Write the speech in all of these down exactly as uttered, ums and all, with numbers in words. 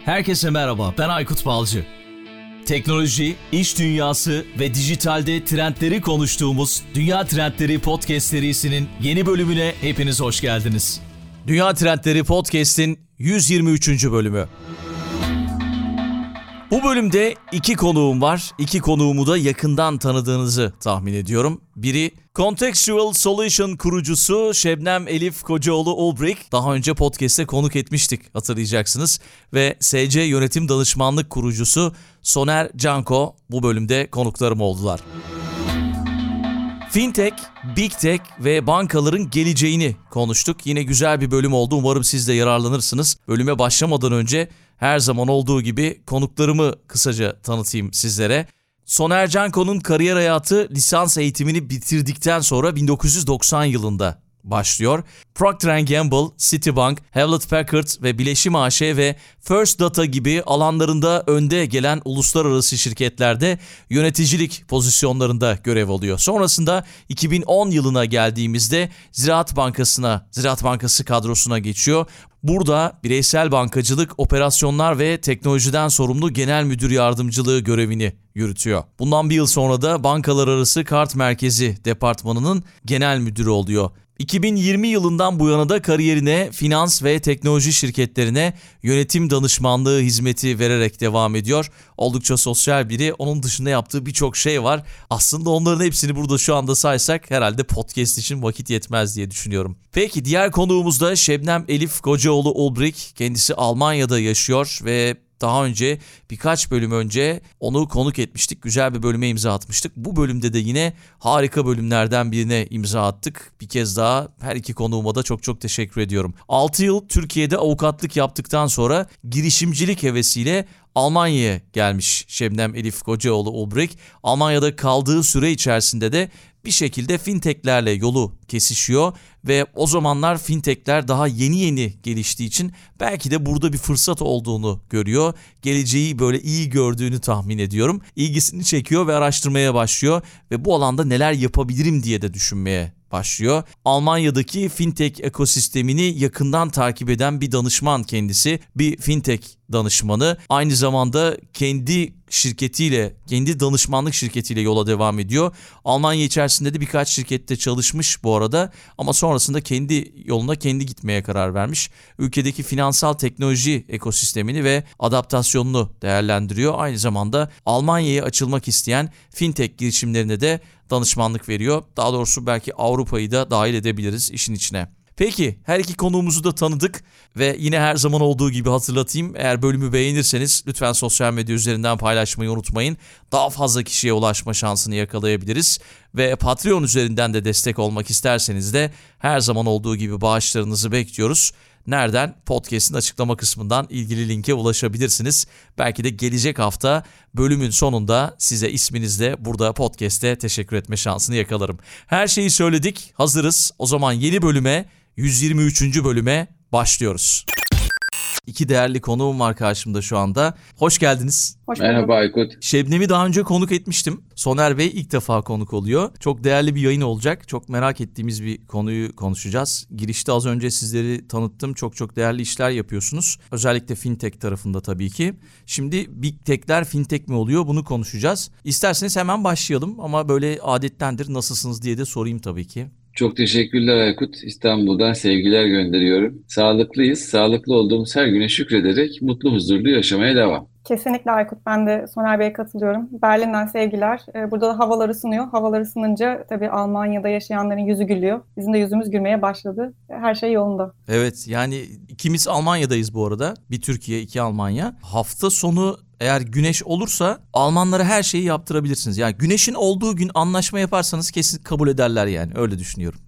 Herkese merhaba, ben Aykut Balcı. Teknoloji, iş dünyası ve dijitalde trendleri konuştuğumuz Dünya Trendleri Podcast serisinin yeni bölümüne hepiniz hoş geldiniz. Dünya Trendleri Podcast'in yüz yirmi üçüncü bölümü. Bu bölümde iki konuğum var. İki konuğumu da yakından tanıdığınızı tahmin ediyorum. Biri Contextual Solution kurucusu Şebnem Elif Kocaoğlu Ulbrich. Daha önce podcast'te konuk etmiştik, hatırlayacaksınız. Ve S C Yönetim Danışmanlık kurucusu Soner Canko bu bölümde konuklarım oldular. Fintech, Big Tech ve bankaların geleceğini konuştuk. Yine güzel bir bölüm oldu. Umarım siz de yararlanırsınız. Bölüme başlamadan önce her zaman olduğu gibi konuklarımı kısaca tanıtayım sizlere. Soner Canko'nun kariyer hayatı lisans eğitimini bitirdikten sonra bin dokuz yüz doksan yılında başlıyor. Procter and Gamble, Citibank, Hewlett Packard ve Bileşim A Ş ve First Data gibi alanlarında önde gelen uluslararası şirketlerde yöneticilik pozisyonlarında görev alıyor. Sonrasında iki bin on yılına geldiğimizde Ziraat Bankası'na, Ziraat Bankası kadrosuna geçiyor. Burada bireysel bankacılık, operasyonlar ve teknolojiden sorumlu genel müdür yardımcılığı görevini yürütüyor. Bundan bir yıl sonra da Bankalar Arası Kart Merkezi Departmanı'nın genel müdürü oluyor. iki bin yirmi yılından bu yana da kariyerine finans ve teknoloji şirketlerine yönetim danışmanlığı hizmeti vererek devam ediyor. Oldukça sosyal biri. Onun dışında yaptığı birçok şey var. Aslında onların hepsini burada şu anda saysak herhalde podcast için vakit yetmez diye düşünüyorum. Peki diğer konuğumuz da Şebnem Elif Kocaoğlu Ulbrich. Kendisi Almanya'da yaşıyor ve daha önce birkaç bölüm önce onu konuk etmiştik. Güzel bir bölüme imza atmıştık. Bu bölümde de yine harika bölümlerden birine imza attık. Bir kez daha her iki konuğuma da çok çok teşekkür ediyorum. altı yıl Türkiye'de avukatlık yaptıktan sonra girişimcilik hevesiyle Almanya'ya gelmiş Şebnem Elif Kocaoğlu Ulbrich. Almanya'da kaldığı süre içerisinde de bir şekilde fintechlerle yolu kesişiyor ve o zamanlar fintechler daha yeni yeni geliştiği için belki de burada bir fırsat olduğunu görüyor. Geleceği böyle iyi gördüğünü tahmin ediyorum. İlgisini çekiyor ve araştırmaya başlıyor ve bu alanda neler yapabilirim diye de düşünmeye başlıyor. Almanya'daki fintech ekosistemini yakından takip eden bir danışman kendisi. Bir fintech danışmanı. Aynı zamanda kendi şirketiyle, kendi danışmanlık şirketiyle yola devam ediyor. Almanya içerisinde de birkaç şirkette çalışmış bu arada ama sonrasında kendi yoluna kendi gitmeye karar vermiş. Ülkedeki finansal teknoloji ekosistemini ve adaptasyonunu değerlendiriyor. Aynı zamanda Almanya'ya açılmak isteyen fintech girişimlerine de danışmanlık veriyor. Daha doğrusu belki Avrupa'yı da dahil edebiliriz işin içine. Peki her iki konuğumuzu da tanıdık ve yine her zaman olduğu gibi hatırlatayım. Eğer bölümü beğenirseniz lütfen sosyal medya üzerinden paylaşmayı unutmayın. Daha fazla kişiye ulaşma şansını yakalayabiliriz. Ve Patreon üzerinden de destek olmak isterseniz de her zaman olduğu gibi bağışlarınızı bekliyoruz. Nereden? Podcast'in açıklama kısmından ilgili linke ulaşabilirsiniz. Belki de gelecek hafta bölümün sonunda size isminizle burada podcast'te teşekkür etme şansını yakalarım. Her şeyi söyledik, hazırız. O zaman yeni bölüme, yüz yirmi üçüncü bölüme başlıyoruz. İki değerli konuğum var karşımda şu anda. Hoş geldiniz. Hoş Merhaba Aykut. Şebnem'i daha önce konuk etmiştim. Soner Bey ilk defa konuk oluyor. Çok değerli bir yayın olacak. Çok merak ettiğimiz bir konuyu konuşacağız. Girişte az önce sizleri tanıttım. Çok çok değerli işler yapıyorsunuz. Özellikle fintech tarafında tabii ki. Şimdi Big Tech'ler fintech mi oluyor? Bunu konuşacağız. İsterseniz hemen başlayalım ama böyle adettendir. Nasılsınız diye de sorayım tabii ki. Çok teşekkürler Aykut. İstanbul'dan sevgiler gönderiyorum. Sağlıklıyız. Sağlıklı olduğumuz her güne şükrederek mutlu huzurlu yaşamaya devam. Kesinlikle Aykut. Ben de Soner Bey'e katılıyorum. Berlin'den sevgiler. Burada da havalar ısınıyor. Havalar ısınınca tabii Almanya'da yaşayanların yüzü gülüyor. Bizim de yüzümüz gülmeye başladı. Her şey yolunda. Evet, yani ikimiz Almanya'dayız bu arada. Bir Türkiye, iki Almanya. Hafta sonu eğer güneş olursa Almanlara her şeyi yaptırabilirsiniz. Yani güneşin olduğu gün anlaşma yaparsanız kesin kabul ederler yani. Öyle düşünüyorum.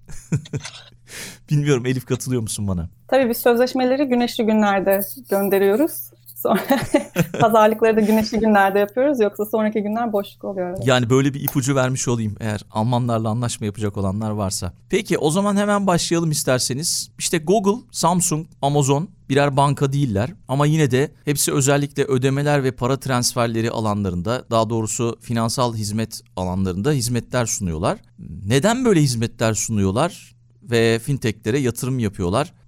Bilmiyorum, Elif katılıyor musun bana? Tabii biz sözleşmeleri güneşli günlerde gönderiyoruz. Sonra pazarlıkları da güneşli günlerde yapıyoruz. Yoksa sonraki günler boşluk oluyor. Yani böyle bir ipucu vermiş olayım eğer Almanlarla anlaşma yapacak olanlar varsa. Peki o zaman hemen başlayalım isterseniz. İşte Google, Samsung, Amazon birer banka değiller ama yine de hepsi özellikle ödemeler ve para transferleri alanlarında, daha doğrusu finansal hizmet alanlarında hizmetler sunuyorlar. Neden böyle hizmetler sunuyorlar ve fintechlere yatırım yapıyorlar?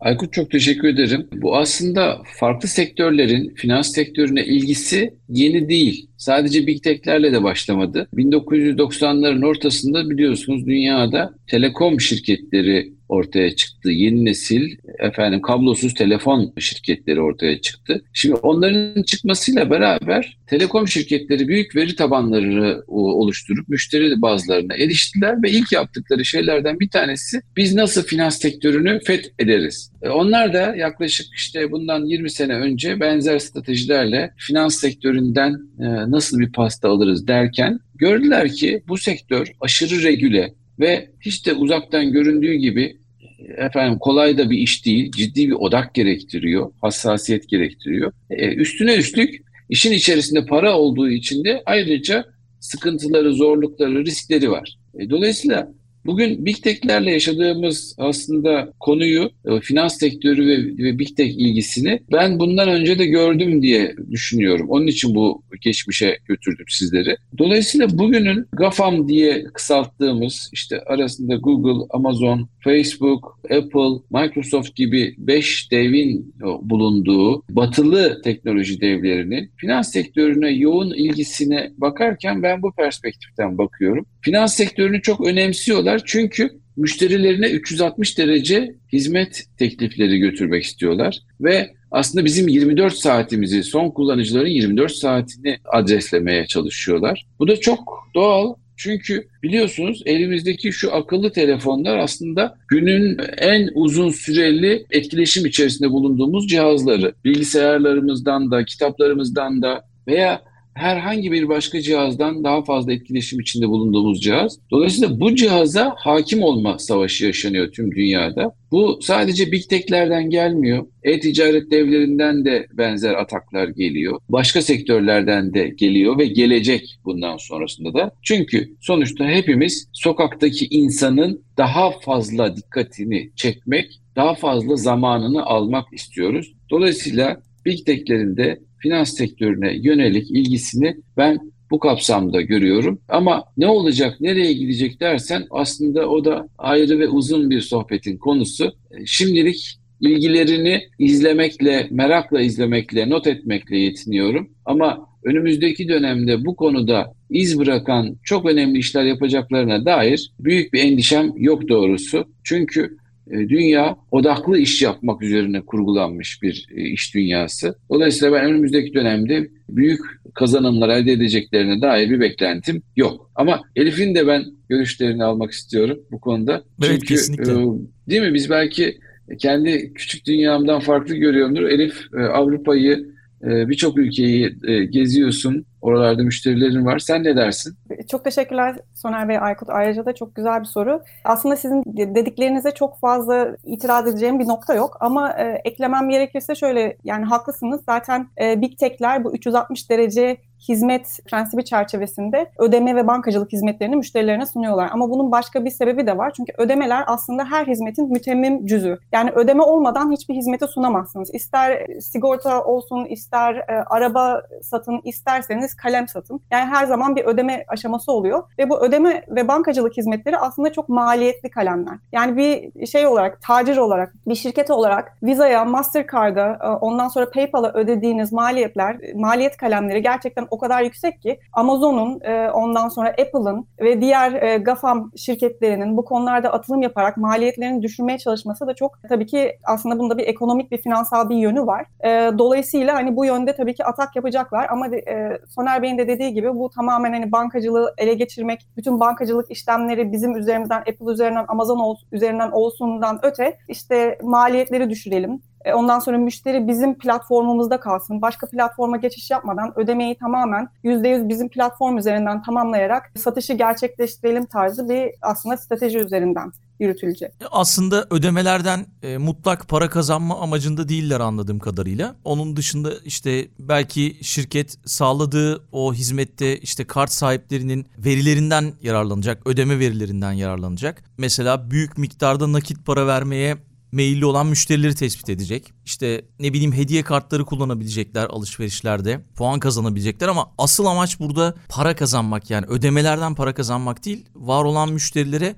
Aykut, çok teşekkür ederim. Bu aslında farklı sektörlerin finans sektörüne ilgisi yeni değil. Sadece Big Tech'lerle de başlamadı. bin dokuz yüz doksanların ortasında biliyorsunuz dünyada telekom şirketleri ortaya çıktı. Yeni nesil efendim kablosuz telefon şirketleri ortaya çıktı. Şimdi onların çıkmasıyla beraber telekom şirketleri büyük veri tabanları oluşturup müşteri bazılarına eriştiler ve ilk yaptıkları şeylerden bir tanesi, biz nasıl finans sektörünü fethederiz? Onlar da yaklaşık işte bundan yirmi sene önce benzer stratejilerle finans sektöründen nasıl bir pasta alırız derken gördüler ki bu sektör aşırı regüle ve hiç de uzaktan göründüğü gibi efendim kolay da bir iş değil, ciddi bir odak gerektiriyor, hassasiyet gerektiriyor. Ee, üstüne üstlük işin içerisinde para olduğu için de ayrıca sıkıntıları, zorlukları, riskleri var. E, dolayısıyla bugün Big Tech'lerle yaşadığımız aslında konuyu, e, finans sektörü ve, ve Big Tech ilgisini ben bundan önce de gördüm diye düşünüyorum. Onun için bu geçmişe götürdüm sizleri. Dolayısıyla bugünün GAFAM diye kısalttığımız, işte arasında Google, Amazon, Facebook, Apple, Microsoft gibi beş devin bulunduğu batılı teknoloji devlerinin finans sektörüne yoğun ilgisine bakarken ben bu perspektiften bakıyorum. Finans sektörünü çok önemsiyorlar çünkü müşterilerine üç yüz altmış derece hizmet teklifleri götürmek istiyorlar ve aslında bizim yirmi dört saatimizi, son kullanıcıların yirmi dört saatini adreslemeye çalışıyorlar. Bu da çok doğal. Çünkü biliyorsunuz elimizdeki şu akıllı telefonlar aslında günün en uzun süreli etkileşim içerisinde bulunduğumuz cihazları. Bilgisayarlarımızdan da, kitaplarımızdan da veya herhangi bir başka cihazdan daha fazla etkileşim içinde bulunduğumuz cihaz. Dolayısıyla bu cihaza hakim olma savaşı yaşanıyor tüm dünyada. Bu sadece Big Tech'lerden gelmiyor. E-ticaret devlerinden de benzer ataklar geliyor. Başka sektörlerden de geliyor ve gelecek bundan sonrasında da. Çünkü sonuçta hepimiz sokaktaki insanın daha fazla dikkatini çekmek, daha fazla zamanını almak istiyoruz. Dolayısıyla Big Tech'lerin de finans sektörüne yönelik ilgisini ben bu kapsamda görüyorum. Ama ne olacak, nereye gidecek dersen aslında o da ayrı ve uzun bir sohbetin konusu. Şimdilik ilgilerini izlemekle, merakla izlemekle, not etmekle yetiniyorum. Ama önümüzdeki dönemde bu konuda iz bırakan çok önemli işler yapacaklarına dair büyük bir endişem yok doğrusu. Çünkü dünya odaklı iş yapmak üzerine kurgulanmış bir iş dünyası. Dolayısıyla ben önümüzdeki dönemde büyük kazanımlar elde edeceklerine dair bir beklentim yok. Ama Elif'in de ben görüşlerini almak istiyorum bu konuda. Evet, Çünkü kesinlikle. değil mi, biz belki kendi küçük dünyamdan farklı görüyorumdur. Elif Avrupa'yı, birçok ülkeyi geziyorsun. Oralarda müşterilerin var. Sen ne dersin? Çok teşekkürler Soner Bey, Aykut. Ayrıca da çok güzel bir soru. Aslında sizin dediklerinize çok fazla itiraz edeceğim bir nokta yok. Ama e, eklemem gerekirse şöyle, yani haklısınız. Zaten e, Big Tech'ler bu üç yüz altmış derece hizmet prensibi çerçevesinde ödeme ve bankacılık hizmetlerini müşterilerine sunuyorlar. Ama bunun başka bir sebebi de var. Çünkü ödemeler aslında her hizmetin mütemmim cüzü. Yani ödeme olmadan hiçbir hizmeti sunamazsınız. İster sigorta olsun, ister e, araba satın, isterseniz kalem satın. Yani her zaman bir ödeme aşaması oluyor. Ve bu ödeme ve bankacılık hizmetleri aslında çok maliyetli kalemler. Yani bir şey olarak, tacir olarak, bir şirket olarak Visa'ya, Mastercard'a, ondan sonra PayPal'a ödediğiniz maliyetler, maliyet kalemleri gerçekten o kadar yüksek ki Amazon'un, ondan sonra Apple'ın ve diğer GAFAM şirketlerinin bu konularda atılım yaparak maliyetlerini düşürmeye çalışması da çok, tabii ki aslında bunda bir ekonomik, bir finansal bir yönü var. Dolayısıyla hani bu yönde tabii ki atak yapacaklar ama Soner Bey'in de dediği gibi bu tamamen hani bankacılığı ele geçirmek, bütün bankacılık işlemleri bizim üzerimizden, Apple üzerinden, Amazon üzerinden olsundan öte işte maliyetleri düşürelim. Ondan sonra müşteri bizim platformumuzda kalsın. Başka platforma geçiş yapmadan ödemeyi tamamen yüzde yüz bizim platform üzerinden tamamlayarak satışı gerçekleştirelim tarzı bir aslında strateji üzerinden yürütülecek. Aslında ödemelerden e, mutlak para kazanma amacında değiller anladığım kadarıyla. Onun dışında işte belki şirket sağladığı o hizmette işte kart sahiplerinin verilerinden yararlanacak, ödeme verilerinden yararlanacak. Mesela büyük miktarda nakit para vermeye meyilli olan müşterileri tespit edecek. İşte ne bileyim hediye kartları kullanabilecekler alışverişlerde. Puan kazanabilecekler ama asıl amaç burada para kazanmak, yani ödemelerden para kazanmak değil. Var olan müşterilere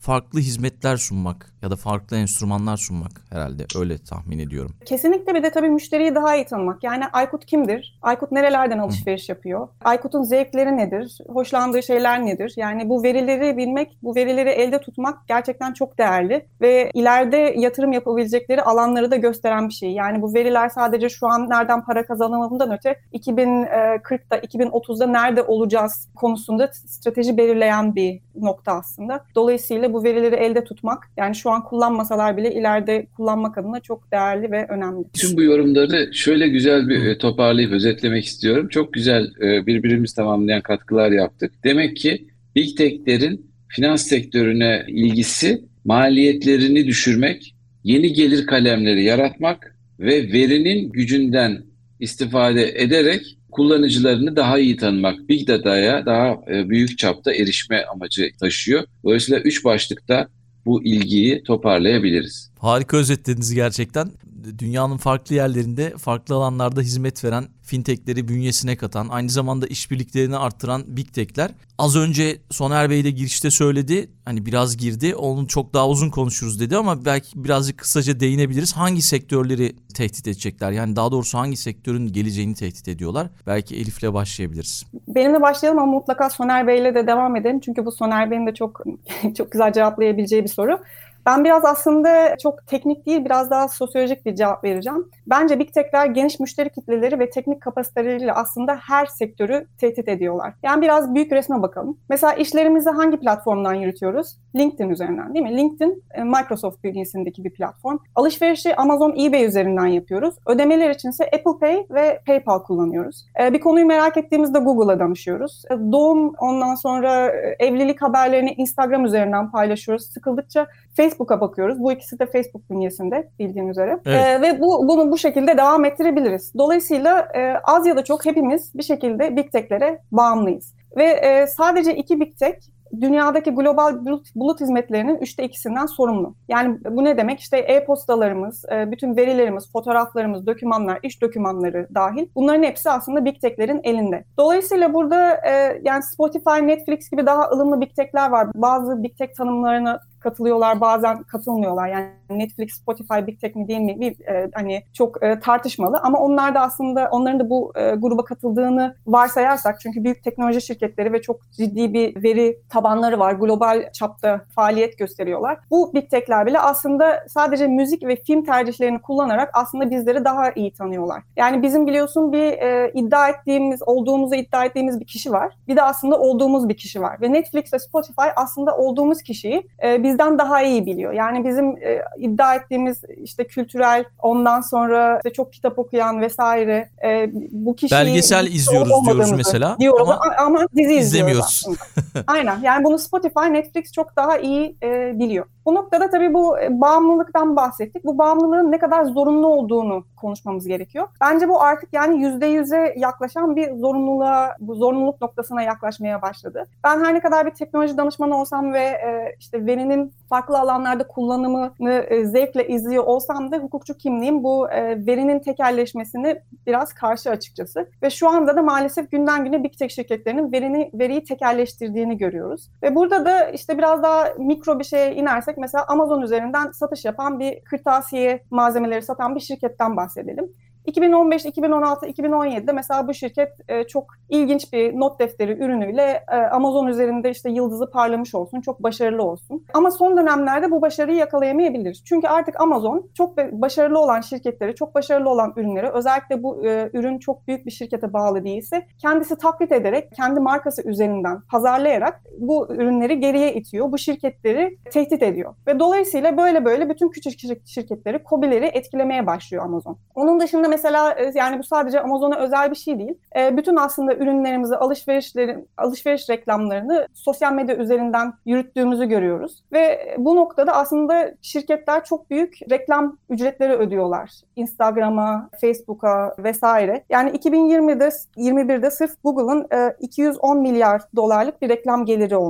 farklı hizmetler sunmak ya da farklı enstrümanlar sunmak herhalde, öyle tahmin ediyorum. Kesinlikle, bir de tabii müşteriyi daha iyi tanımak. Yani Aykut kimdir? Aykut nerelerden alışveriş yapıyor? Aykut'un zevkleri nedir? Hoşlandığı şeyler nedir? Yani bu verileri bilmek, bu verileri elde tutmak gerçekten çok değerli ve ileride yatırım yapabilecekleri alanları da gösteren bir şey. Yani bu veriler sadece şu an nereden para kazanalımdan öte iki bin kırkta, iki bin otuzda nerede olacağız konusunda strateji belirleyen bir nokta aslında. Dolayısıyla bu verileri elde tutmak, yani şu an kullanmasalar bile ileride kullanmak adına çok değerli ve önemli. Tüm bu yorumları şöyle güzel bir toparlayıp özetlemek istiyorum. Çok güzel birbirimizi tamamlayan katkılar yaptık. Demek ki Big Tech'lerin finans sektörüne ilgisi maliyetlerini düşürmek, yeni gelir kalemleri yaratmak ve verinin gücünden istifade ederek kullanıcılarını daha iyi tanımak, Big Data'ya daha büyük çapta erişme amacı taşıyor. Dolayısıyla üç başlıkta bu ilgiyi toparlayabiliriz. Harika özetlediniz gerçekten. Dünyanın farklı yerlerinde, farklı alanlarda hizmet veren fintechleri bünyesine katan, aynı zamanda işbirliklerini arttıran Big Tech'ler. Az önce Soner Bey de girişte söyledi, hani biraz girdi, onu çok daha uzun konuşuruz dedi ama belki birazcık kısaca değinebiliriz. Hangi sektörleri tehdit edecekler? Yani daha doğrusu hangi sektörün geleceğini tehdit ediyorlar? Belki Elif'le başlayabiliriz. Benimle başlayalım ama mutlaka Soner Bey'le de devam edelim. Çünkü bu Soner Bey'in de çok çok güzel cevaplayabileceği bir soru. Ben biraz aslında çok teknik değil, biraz daha sosyolojik bir cevap vereceğim. Bence Big Tech'ler geniş müşteri kitleleri ve teknik kapasiteleriyle aslında her sektörü tehdit ediyorlar. Yani biraz büyük resme bakalım. Mesela işlerimizi hangi platformdan yürütüyoruz? LinkedIn üzerinden, değil mi? LinkedIn, Microsoft bünyesindeki bir platform. Alışverişi Amazon, eBay üzerinden yapıyoruz. Ödemeler içinse Apple Pay ve PayPal kullanıyoruz. Bir konuyu merak ettiğimizde Google'a danışıyoruz. Doğum, ondan sonra evlilik haberlerini Instagram üzerinden paylaşıyoruz. Sıkıldıkça Facebook'a bakıyoruz. Bu ikisi de Facebook bünyesinde bildiğin üzere. Evet. Ee, ve bu bunu bu şekilde devam ettirebiliriz. Dolayısıyla e, az ya da çok hepimiz bir şekilde Big Tech'lere bağımlıyız. Ve e, sadece iki Big Tech dünyadaki global bulut, bulut hizmetlerinin üçte ikisinden sorumlu. Yani bu ne demek? İşte e-postalarımız, bütün verilerimiz, fotoğraflarımız, dokümanlar, iş dokümanları dahil. Bunların hepsi aslında Big Tech'lerin elinde. Dolayısıyla burada yani Spotify, Netflix gibi daha ılımlı Big Tech'ler var. Bazı Big Tech tanımlarına katılıyorlar, bazen katılmıyorlar. Yani Netflix, Spotify Big Tech mi değil mi? Bir, e, hani çok e, tartışmalı ama onlar da aslında onların da bu e, gruba katıldığını varsayarsak, çünkü büyük teknoloji şirketleri ve çok ciddi bir veri tabanları var. Global çapta faaliyet gösteriyorlar. Bu Big Tech'ler bile aslında sadece müzik ve film tercihlerini kullanarak aslında bizleri daha iyi tanıyorlar. Yani bizim biliyorsun bir e, iddia ettiğimiz, olduğumuzu iddia ettiğimiz bir kişi var. Bir de aslında olduğumuz bir kişi var. Ve Netflix ve Spotify aslında olduğumuz kişiyi e, bizden daha iyi biliyor. Yani bizim e, iddia ettiğimiz işte kültürel, ondan sonra işte çok kitap okuyan vesaire e, bu kişiyi... Belgesel izliyoruz diyoruz mesela. Diyoruz ama, ama dizi izlemiyoruz. Aynen. Yani bunu Spotify, Netflix çok daha iyi e, biliyor. Bu noktada tabii bu bağımlılıktan bahsettik. Bu bağımlılığın ne kadar zorunlu olduğunu konuşmamız gerekiyor. Bence bu artık yani yüzde yüze yaklaşan bir zorunluluğa, bu zorunluluk noktasına yaklaşmaya başladı. Ben her ne kadar bir teknoloji danışmanı olsam ve e, işte verinin farklı alanlarda kullanımını e, zevkle izliyor olsam da hukukçu kimliğim bu e, verinin tekelleşmesini biraz karşı açıkçası. Ve şu anda da maalesef günden güne Big Tech şirketlerinin verini, veriyi tekelleştirdiğini görüyoruz. Ve burada da işte biraz daha mikro bir şeye inersek, mesela Amazon üzerinden satış yapan bir kırtasiye malzemeleri satan bir şirketten bahsedelim. iki bin on beş, iki bin on altı, iki bin on yedide mesela bu şirket e, çok ilginç bir not defteri ürünüyle e, Amazon üzerinde işte yıldızı parlamış olsun, çok başarılı olsun. Ama son dönemlerde bu başarıyı yakalayamayabilir. Çünkü artık Amazon çok başarılı olan şirketleri, çok başarılı olan ürünleri, özellikle bu e, ürün çok büyük bir şirkete bağlı değilse, kendisi taklit ederek, kendi markası üzerinden pazarlayarak bu ürünleri geriye itiyor. Bu şirketleri tehdit ediyor. Ve dolayısıyla böyle böyle bütün küçük şirketleri, KOBİ'leri etkilemeye başlıyor Amazon. Onun dışında mesela yani bu sadece Amazon'a özel bir şey değil. Bütün aslında ürünlerimizi, alışverişlerin, alışveriş reklamlarını sosyal medya üzerinden yürüttüğümüzü görüyoruz. Ve bu noktada aslında şirketler çok büyük reklam ücretleri ödüyorlar. Instagram'a, Facebook'a vesaire. Yani iki bin yirmide, yirmi birde sırf Google'ın iki yüz on milyar dolarlık bir reklam geliri olmuş.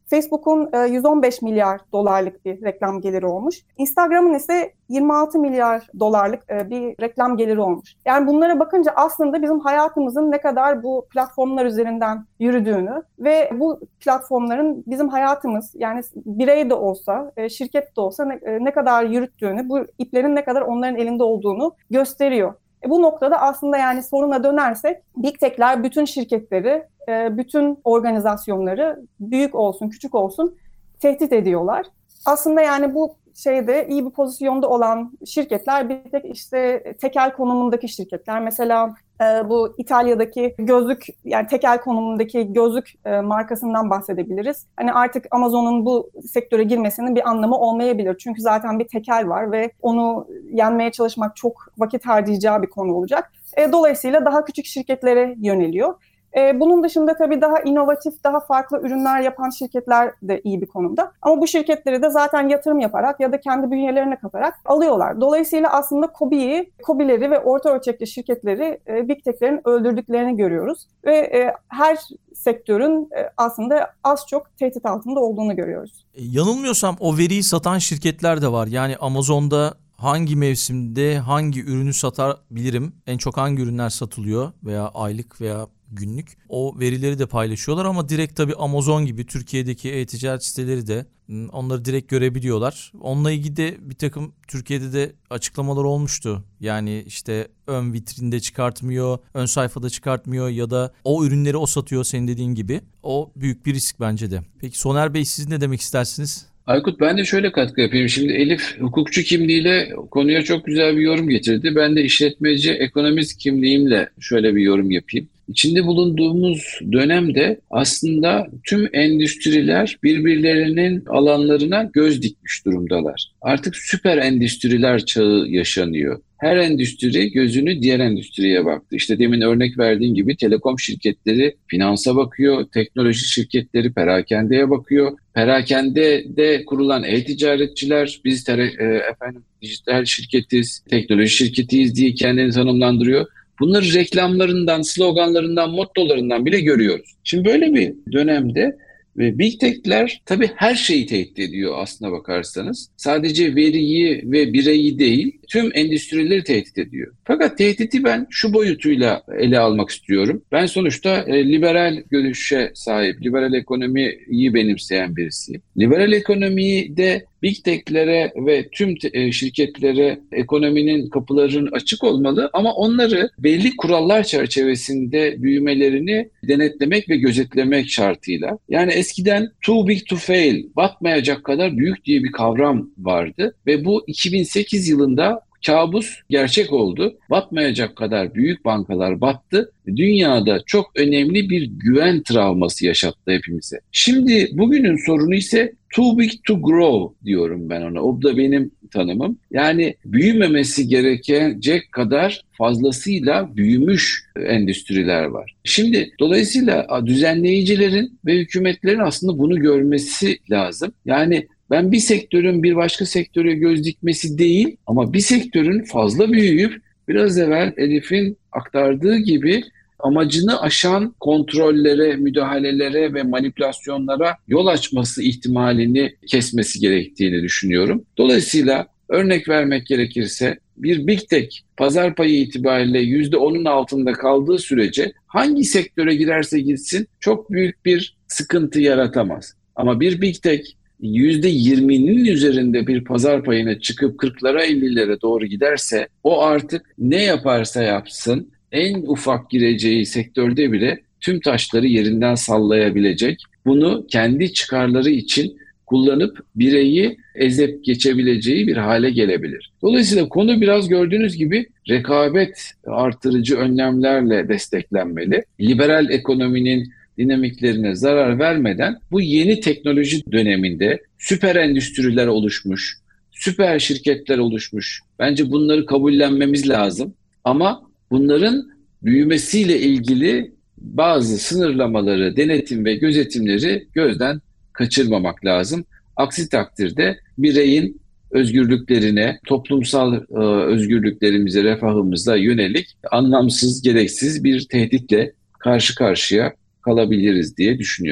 Facebook'un yüz on beş milyar dolarlık bir reklam geliri olmuş. Instagram'ın ise yirmi altı milyar dolarlık bir reklam geliri olmuş. Yani bunlara bakınca aslında bizim hayatımızın ne kadar bu platformlar üzerinden yürüdüğünü ve bu platformların bizim hayatımız, yani birey de olsa, şirket de olsa ne kadar yürüttüğünü, bu iplerin ne kadar onların elinde olduğunu gösteriyor. E bu noktada aslında yani soruna dönersek Big Tech'ler bütün şirketleri, bütün organizasyonları büyük olsun küçük olsun tehdit ediyorlar. Aslında yani bu şeyde iyi bir pozisyonda olan şirketler bir tek işte tekel konumundaki şirketler. Mesela e, bu İtalya'daki gözlük, yani tekel konumundaki gözlük e, markasından bahsedebiliriz. Hani artık Amazon'un bu sektöre girmesinin bir anlamı olmayabilir. Çünkü zaten bir tekel var ve onu yenmeye çalışmak çok vakit harcayacağı bir konu olacak. E, dolayısıyla daha küçük şirketlere yöneliyor. Bunun dışında tabii daha inovatif, daha farklı ürünler yapan şirketler de iyi bir konumda. Ama bu şirketleri de zaten yatırım yaparak ya da kendi bünyelerine katarak alıyorlar. Dolayısıyla aslında KOBİ'yi, KOBİ'leri ve orta ölçekli şirketleri Big Tech'lerin öldürdüklerini görüyoruz. Ve her sektörün aslında az çok tehdit altında olduğunu görüyoruz. Yanılmıyorsam o veriyi satan şirketler de var. Yani Amazon'da hangi mevsimde hangi ürünü satabilirim, en çok hangi ürünler satılıyor veya aylık veya günlük, o verileri de paylaşıyorlar ama direkt tabii Amazon gibi Türkiye'deki e-ticaret siteleri de onları direkt görebiliyorlar. Onunla ilgili de bir takım Türkiye'de de açıklamalar olmuştu. Yani işte ön vitrinde çıkartmıyor, ön sayfada çıkartmıyor ya da o ürünleri o satıyor senin dediğin gibi. O büyük bir risk bence de. Peki Soner Bey, siz ne demek istersiniz? Aykut, ben de şöyle katkı yapayım. Şimdi Elif hukukçu kimliğiyle konuya çok güzel bir yorum getirdi. Ben de işletmeci, ekonomist kimliğimle şöyle bir yorum yapayım. İçinde bulunduğumuz dönemde aslında tüm endüstriler birbirlerinin alanlarına göz dikmiş durumdalar. Artık süper endüstriler çağı yaşanıyor. Her endüstri gözünü diğer endüstriye baktı. İşte demin örnek verdiğim gibi telekom şirketleri finansa bakıyor, teknoloji şirketleri perakendeye bakıyor. Perakendede kurulan e-ticaretçiler biz tere- e, efendim dijital şirketiz, teknoloji şirketiyiz diye kendini tanımlandırıyor. Bunları reklamlarından, sloganlarından, mottolarından bile görüyoruz. Şimdi böyle bir dönemde ve Big Tech'ler tabii her şeyi tehdit ediyor aslına bakarsanız. Sadece veriyi ve bireyi değil, tüm endüstrileri tehdit ediyor. Fakat tehdidi ben şu boyutuyla ele almak istiyorum. Ben sonuçta e, liberal görüşe sahip, liberal ekonomiyi benimseyen birisiyim. Liberal ekonomiyi de Big Tech'lere ve tüm te- şirketlere ekonominin kapılarının açık olmalı ama onları belli kurallar çerçevesinde büyümelerini denetlemek ve gözetlemek şartıyla. Yani eskiden too big to fail, batmayacak kadar büyük diye bir kavram vardı ve bu iki bin sekiz yılında kabus gerçek oldu. Batmayacak kadar büyük bankalar battı. Dünyada çok önemli bir güven travması yaşattı hepimize. Şimdi bugünün sorunu ise too big to grow diyorum ben ona. O da benim tanımım. Yani büyümemesi gerekecek kadar fazlasıyla büyümüş endüstriler var. Şimdi dolayısıyla düzenleyicilerin ve hükümetlerin aslında bunu görmesi lazım. Yani ben bir sektörün bir başka sektöre göz dikmesi değil ama bir sektörün fazla büyüyüp biraz evvel Elif'in aktardığı gibi amacını aşan kontrollere, müdahalelere ve manipülasyonlara yol açması ihtimalini kesmesi gerektiğini düşünüyorum. Dolayısıyla örnek vermek gerekirse bir Big Tech pazar payı itibariyle yüzde onun altında kaldığı sürece hangi sektöre girerse gitsin çok büyük bir sıkıntı yaratamaz. Ama bir Big Tech yüzde yirminin üzerinde bir pazar payına çıkıp kırklara ellilere doğru giderse o artık ne yaparsa yapsın en ufak gireceği sektörde bile tüm taşları yerinden sallayabilecek. Bunu kendi çıkarları için kullanıp bireyi ezip geçebileceği bir hale gelebilir. Dolayısıyla konu biraz gördüğünüz gibi rekabet artırıcı önlemlerle desteklenmeli. Liberal ekonominin dinamiklerine zarar vermeden bu yeni teknoloji döneminde süper endüstriler oluşmuş, süper şirketler oluşmuş. Bence bunları kabullenmemiz lazım. Ama bunların büyümesiyle ilgili bazı sınırlamaları, denetim ve gözetimleri gözden kaçırmamak lazım. Aksi takdirde bireyin özgürlüklerine, toplumsal e, özgürlüklerimize, refahımıza yönelik anlamsız, gereksiz bir tehditle karşı karşıya kalabiliriz diye düşünüyorum.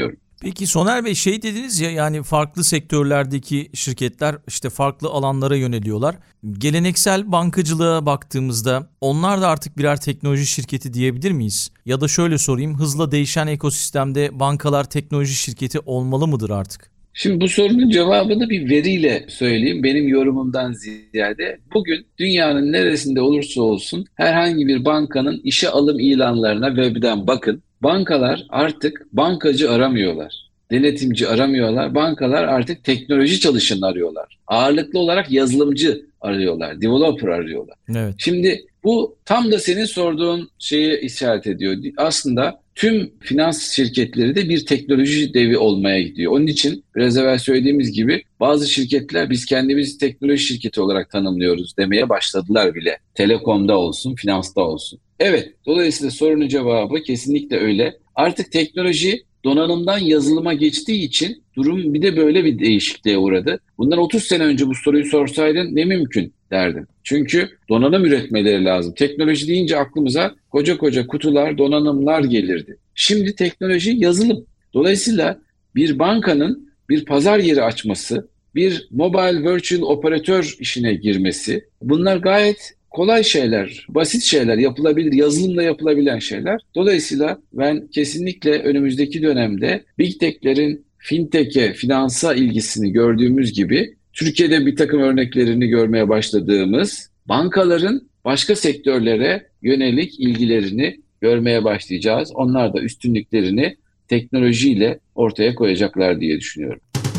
Peki Soner Bey, şey dediniz ya, yani farklı sektörlerdeki şirketler işte farklı alanlara yöneliyorlar. Geleneksel bankacılığa baktığımızda onlar da artık birer teknoloji şirketi diyebilir miyiz? Ya da şöyle sorayım, hızla değişen ekosistemde bankalar teknoloji şirketi olmalı mıdır artık? Şimdi bu sorunun cevabını bir veriyle söyleyeyim, benim yorumumdan ziyade. Bugün dünyanın neresinde olursa olsun herhangi bir bankanın işe alım ilanlarına webden bakın. Bankalar artık bankacı aramıyorlar. Denetimci aramıyorlar. Bankalar artık teknoloji çalışanı arıyorlar. Ağırlıklı olarak yazılımcı arıyorlar. Developer arıyorlar. Evet. Şimdi bu tam da senin sorduğun şeye işaret ediyor. Aslında tüm finans şirketleri de bir teknoloji devi olmaya gidiyor. Onun için biraz evvel söylediğimiz gibi bazı şirketler biz kendimizi teknoloji şirketi olarak tanımlıyoruz demeye başladılar bile. Telekom'da olsun, finansta olsun. Evet, dolayısıyla sorunun cevabı kesinlikle öyle. Artık teknoloji donanımdan yazılıma geçtiği için durum bir de böyle bir değişikliğe uğradı. Bundan otuz sene önce bu soruyu sorsaydın ne mümkün derdim. Çünkü donanım üretmeleri lazım. Teknoloji deyince aklımıza koca koca kutular, donanımlar gelirdi. Şimdi teknoloji yazılım. Dolayısıyla bir bankanın bir pazar yeri açması, bir mobile virtual operatör işine girmesi, bunlar gayet kolay şeyler, basit şeyler, yapılabilir, yazılımla yapılabilen şeyler. Dolayısıyla ben kesinlikle önümüzdeki dönemde Big Tech'lerin fintech'e, finansa ilgisini gördüğümüz gibi Türkiye'de bir takım örneklerini görmeye başladığımız bankaların başka sektörlere yönelik ilgilerini görmeye başlayacağız. Onlar da üstünlüklerini teknolojiyle ortaya koyacaklar diye düşünüyorum.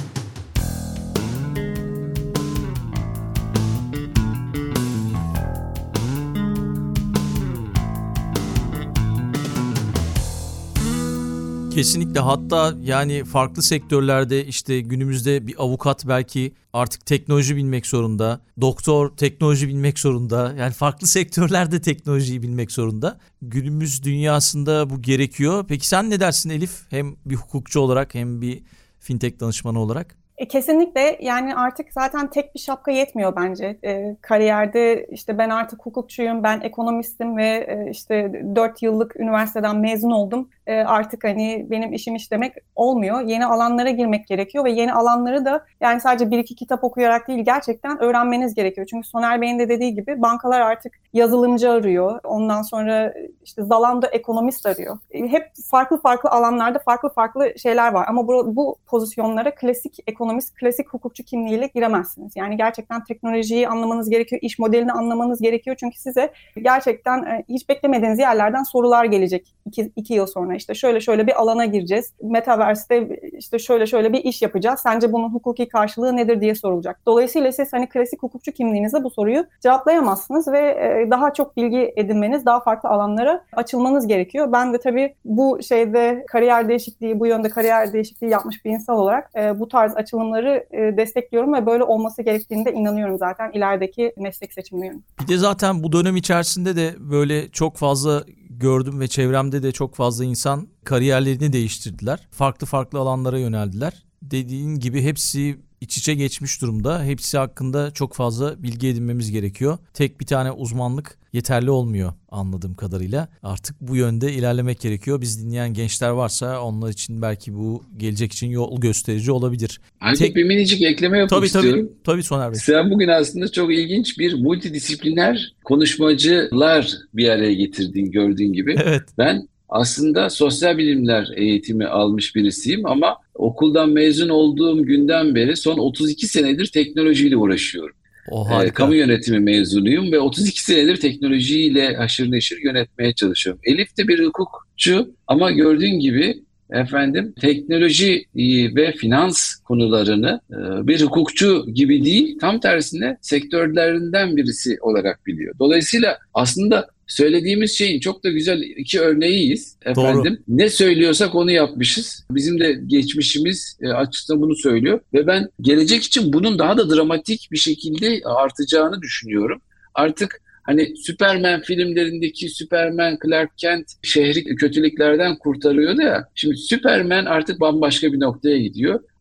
Kesinlikle, hatta yani farklı sektörlerde işte günümüzde bir avukat belki artık teknoloji bilmek zorunda, doktor teknoloji bilmek zorunda, yani farklı sektörlerde teknolojiyi bilmek zorunda. Günümüz dünyasında bu gerekiyor. Peki sen ne dersin Elif? Hem bir hukukçu olarak hem bir fintech danışmanı olarak. E, kesinlikle, yani artık zaten tek bir şapka yetmiyor bence. E, kariyerde işte ben artık hukukçuyum, ben ekonomistim ve e, işte dört yıllık üniversiteden mezun oldum. E, artık hani benim işim iş demek olmuyor. Yeni alanlara girmek gerekiyor ve yeni alanları da yani sadece bir iki kitap okuyarak değil, gerçekten öğrenmeniz gerekiyor. Çünkü Soner Bey'in de dediği gibi bankalar artık yazılımcı arıyor. Ondan sonra işte Zalando ekonomist arıyor. E, hep farklı farklı alanlarda farklı farklı şeyler var ama bu, bu pozisyonlara klasik ekonomist ekonomist, klasik hukukçu kimliğiyle giremezsiniz. Yani gerçekten teknolojiyi anlamanız gerekiyor, iş modelini anlamanız gerekiyor. Çünkü size gerçekten e, hiç beklemediğiniz yerlerden sorular gelecek iki, iki yıl sonra. İşte şöyle şöyle bir alana gireceğiz. Metaverse'de işte şöyle şöyle bir iş yapacağız. Sence bunun hukuki karşılığı nedir diye sorulacak. Dolayısıyla siz hani klasik hukukçu kimliğinizle bu soruyu cevaplayamazsınız ve e, daha çok bilgi edinmeniz, daha farklı alanlara açılmanız gerekiyor. Ben de tabii bu şeyde kariyer değişikliği, bu yönde kariyer değişikliği yapmış bir insan olarak e, bu tarz açılımları e, destekliyorum ve böyle olması gerektiğine de inanıyorum zaten ilerideki meslek seçimlerinin. Bir de zaten bu dönem içerisinde de böyle çok fazla gördüm ve çevremde de çok fazla insan kariyerlerini değiştirdiler. Farklı farklı alanlara yöneldiler. Dediğin gibi hepsi iç içe geçmiş durumda. Hepsi hakkında çok fazla bilgi edinmemiz gerekiyor. Tek bir tane uzmanlık yeterli olmuyor anladığım kadarıyla. Artık bu yönde ilerlemek gerekiyor. Biz dinleyen gençler varsa onlar için belki bu gelecek için yol gösterici olabilir. Ancak Tek... bir minicik ekleme yapmak tabii, istiyorum. Tabii tabii Soner Bey. Sen bugün aslında çok ilginç bir multidisipliner konuşmacılar bir araya getirdiğin, gördüğün gibi. Evet. Ben aslında sosyal bilimler eğitimi almış birisiyim ama okuldan mezun olduğum günden beri son otuz iki senedir teknolojiyle uğraşıyorum. O harika. E, kamu yönetimi mezunuyum ve otuz iki senedir teknolojiyle haşır neşir yönetmeye çalışıyorum. Elif de bir hukukçu ama gördüğün gibi efendim teknoloji ve finans konularını bir hukukçu gibi değil, tam tersine sektörlerinden birisi olarak biliyor. Dolayısıyla aslında söylediğimiz şeyin çok da güzel iki örneğiyiz efendim. Doğru. Ne söylüyorsak onu yapmışız. Bizim de geçmişimiz açısından bunu söylüyor ve ben gelecek için bunun daha da dramatik bir şekilde artacağını düşünüyorum. Artık hani Superman filmlerindeki Superman, Clark Kent şehri kötülüklerden kurtarıyordu ya. Şimdi Superman artık bambaşka bir noktaya gidiyor.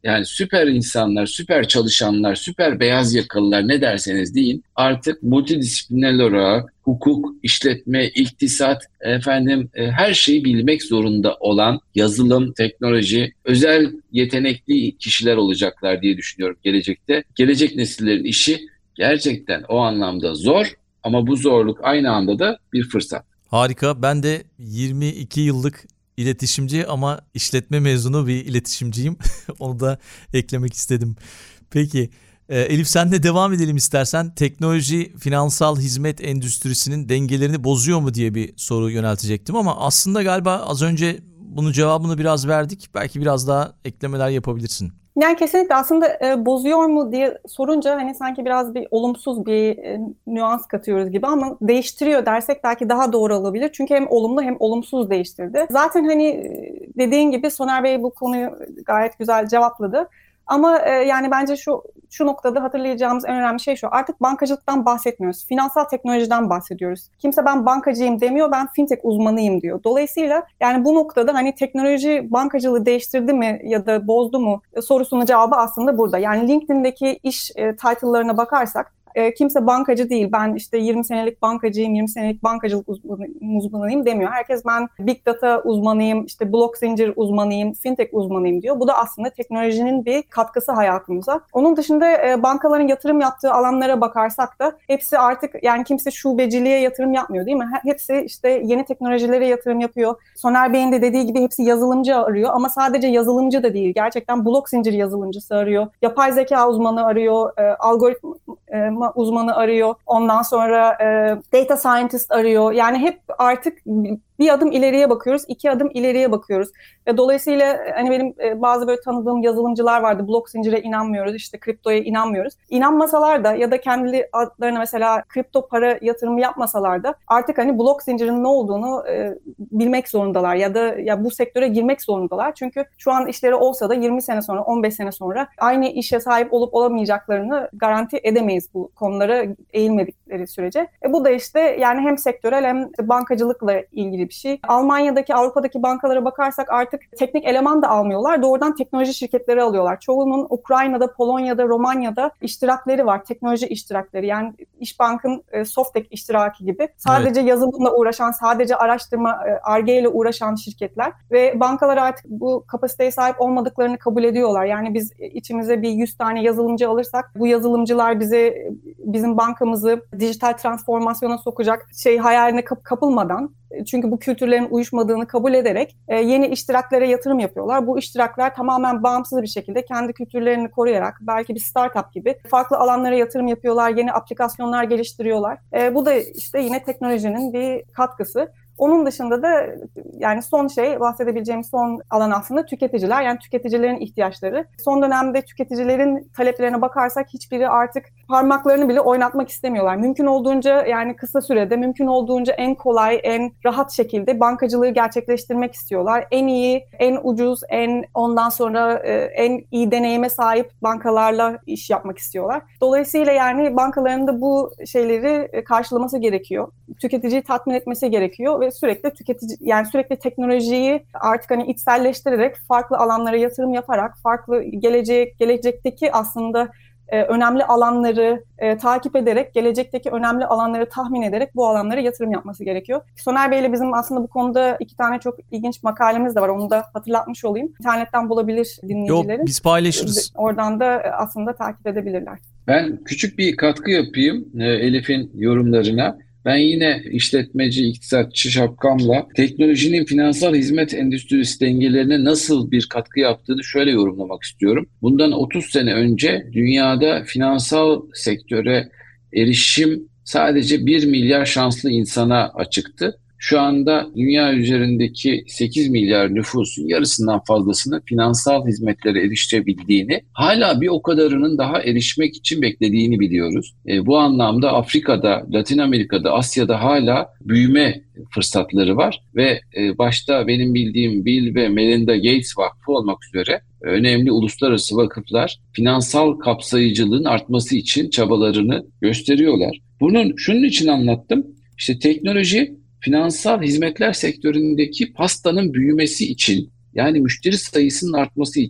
Yani süper insanlar, süper çalışanlar, süper beyaz yakalılar ne derseniz deyin artık multidisipliner olarak hukuk, işletme, iktisat, efendim e, her şeyi bilmek zorunda olan yazılım, teknoloji, özel yetenekli kişiler olacaklar diye düşünüyorum gelecekte. Gelecek nesillerin işi gerçekten o anlamda zor ama bu zorluk aynı anda da bir fırsat. Harika. Ben de yirmi iki yıllık iletişimci ama işletme mezunu bir iletişimciyim. Onu da eklemek istedim. Peki e, Elif, sen de devam edelim istersen. Teknoloji finansal hizmet endüstrisinin dengelerini bozuyor mu diye bir soru yöneltecektim ama aslında galiba az önce bunun cevabını biraz verdik. Belki biraz daha eklemeler yapabilirsin. Yani kesinlikle aslında e, bozuyor mu diye sorunca hani sanki biraz bir olumsuz bir e, nüans katıyoruz gibi ama değiştiriyor dersek belki daha doğru olabilir. Çünkü hem olumlu hem olumsuz değiştirdi. Zaten hani e, dediğin gibi Soner Bey bu konuyu gayet güzel cevapladı. Ama e, yani bence şu şu noktada hatırlayacağımız en önemli şey şu. Artık bankacılıktan bahsetmiyoruz. Finansal teknolojiden bahsediyoruz. Kimse ben bankacıyım demiyor, ben fintech uzmanıyım diyor. Dolayısıyla yani bu noktada hani teknoloji bankacılığı değiştirdi mi ya da bozdu mu sorusunun cevabı aslında burada. Yani LinkedIn'deki iş e, title'larına bakarsak E, kimse bankacı değil, ben işte yirmi senelik bankacıyım, yirmi senelik bankacılık uzmanıyım demiyor. Herkes ben big data uzmanıyım, işte blok zincir uzmanıyım, fintech uzmanıyım diyor. Bu da aslında teknolojinin bir katkısı hayatımıza. Onun dışında e, bankaların yatırım yaptığı alanlara bakarsak da hepsi artık yani kimse şubeciliğe yatırım yapmıyor değil mi? Hepsi işte yeni teknolojilere yatırım yapıyor. Soner Bey'in de dediği gibi hepsi yazılımcı arıyor ama sadece yazılımcı da değil. Gerçekten blok zincir yazılımcısı arıyor. Yapay zeka uzmanı arıyor, e, algoritma e, uzmanı arıyor. Ondan sonra e, data scientist arıyor. Yani hep artık bir adım ileriye bakıyoruz, iki adım ileriye bakıyoruz. Ve dolayısıyla hani benim e, bazı böyle tanıdığım yazılımcılar vardı. Blok zincire inanmıyoruz, işte kriptoya inanmıyoruz. İnanmasalar da ya da kendi adlarına mesela kripto para yatırımı yapmasalar da artık hani blok zincirinin ne olduğunu e, bilmek zorundalar ya da ya bu sektöre girmek zorundalar. Çünkü şu an işleri olsa da yirmi sene sonra, on beş sene sonra aynı işe sahip olup olamayacaklarını garanti edemeyiz bu konulara eğilmedikleri sürece. E, bu da işte yani hem sektörel hem bankacılıkla ilgili bir şey. Almanya'daki, Avrupa'daki bankalara bakarsak artık teknik eleman da almıyorlar. Doğrudan teknoloji şirketleri alıyorlar. Çoğunun Ukrayna'da, Polonya'da, Romanya'da iştirakleri var. Teknoloji iştirakleri. Yani İşbank'ın e, Softtech iştiraki gibi. Sadece evet. yazılımla uğraşan, sadece araştırma, Ar-Ge ile uğraşan şirketler. Ve bankalar artık bu kapasiteye sahip olmadıklarını kabul ediyorlar. Yani biz içimize bir yüz tane yazılımcı alırsak bu yazılımcılar bize bizim bankamızı dijital transformasyona sokacak şey hayaline kap- kapılmadan çünkü bu kültürlerin uyuşmadığını kabul ederek e, yeni iştiraklere yatırım yapıyorlar. Bu iştirakler tamamen bağımsız bir şekilde kendi kültürlerini koruyarak belki bir startup gibi farklı alanlara yatırım yapıyorlar, yeni aplikasyonlar geliştiriyorlar. E, bu da işte yine teknolojinin bir katkısı. Onun dışında da yani son şey, bahsedebileceğim son alan aslında tüketiciler. Yani tüketicilerin ihtiyaçları. Son dönemde tüketicilerin taleplerine bakarsak hiçbiri artık parmaklarını bile oynatmak istemiyorlar. Mümkün olduğunca yani kısa sürede, mümkün olduğunca en kolay, en rahat şekilde bankacılığı gerçekleştirmek istiyorlar. En iyi, en ucuz, en ondan sonra en iyi deneyime sahip bankalarla iş yapmak istiyorlar. Dolayısıyla yani bankaların da bu şeyleri karşılaması gerekiyor. Tüketiciyi tatmin etmesi gerekiyor ve sürekli tüketici yani sürekli teknolojiyi artık hani içselleştirerek farklı alanlara yatırım yaparak farklı gelecek gelecekteki aslında e, önemli alanları e, takip ederek gelecekteki önemli alanları tahmin ederek bu alanlara yatırım yapması gerekiyor. Soner Bey ile bizim aslında bu konuda iki tane çok ilginç makalemiz de var. Onu da hatırlatmış olayım. İnternetten bulabilir dinleyicilerin. Yok, biz paylaşırız. Oradan da aslında takip edebilirler. Ben küçük bir katkı yapayım e, Elif'in yorumlarına. Ben yine işletmeci, iktisatçı şapkamla teknolojinin finansal hizmet endüstrisi dengelerine nasıl bir katkı yaptığını şöyle yorumlamak istiyorum. Bundan otuz sene önce dünyada finansal sektöre erişim sadece bir milyar şanslı insana açıktı. Şu anda dünya üzerindeki sekiz milyar nüfusun yarısından fazlasını finansal hizmetlere erişebildiğini, hala bir o kadarının daha erişmek için beklediğini biliyoruz. E, bu anlamda Afrika'da, Latin Amerika'da, Asya'da hala büyüme fırsatları var ve e, başta benim bildiğim Bill ve Melinda Gates Vakfı olmak üzere önemli uluslararası vakıflar finansal kapsayıcılığın artması için çabalarını gösteriyorlar. Bunun şunun için anlattım. İşte teknoloji finansal hizmetler sektöründeki pastanın büyümesi için, yani müşteri sayısının artması için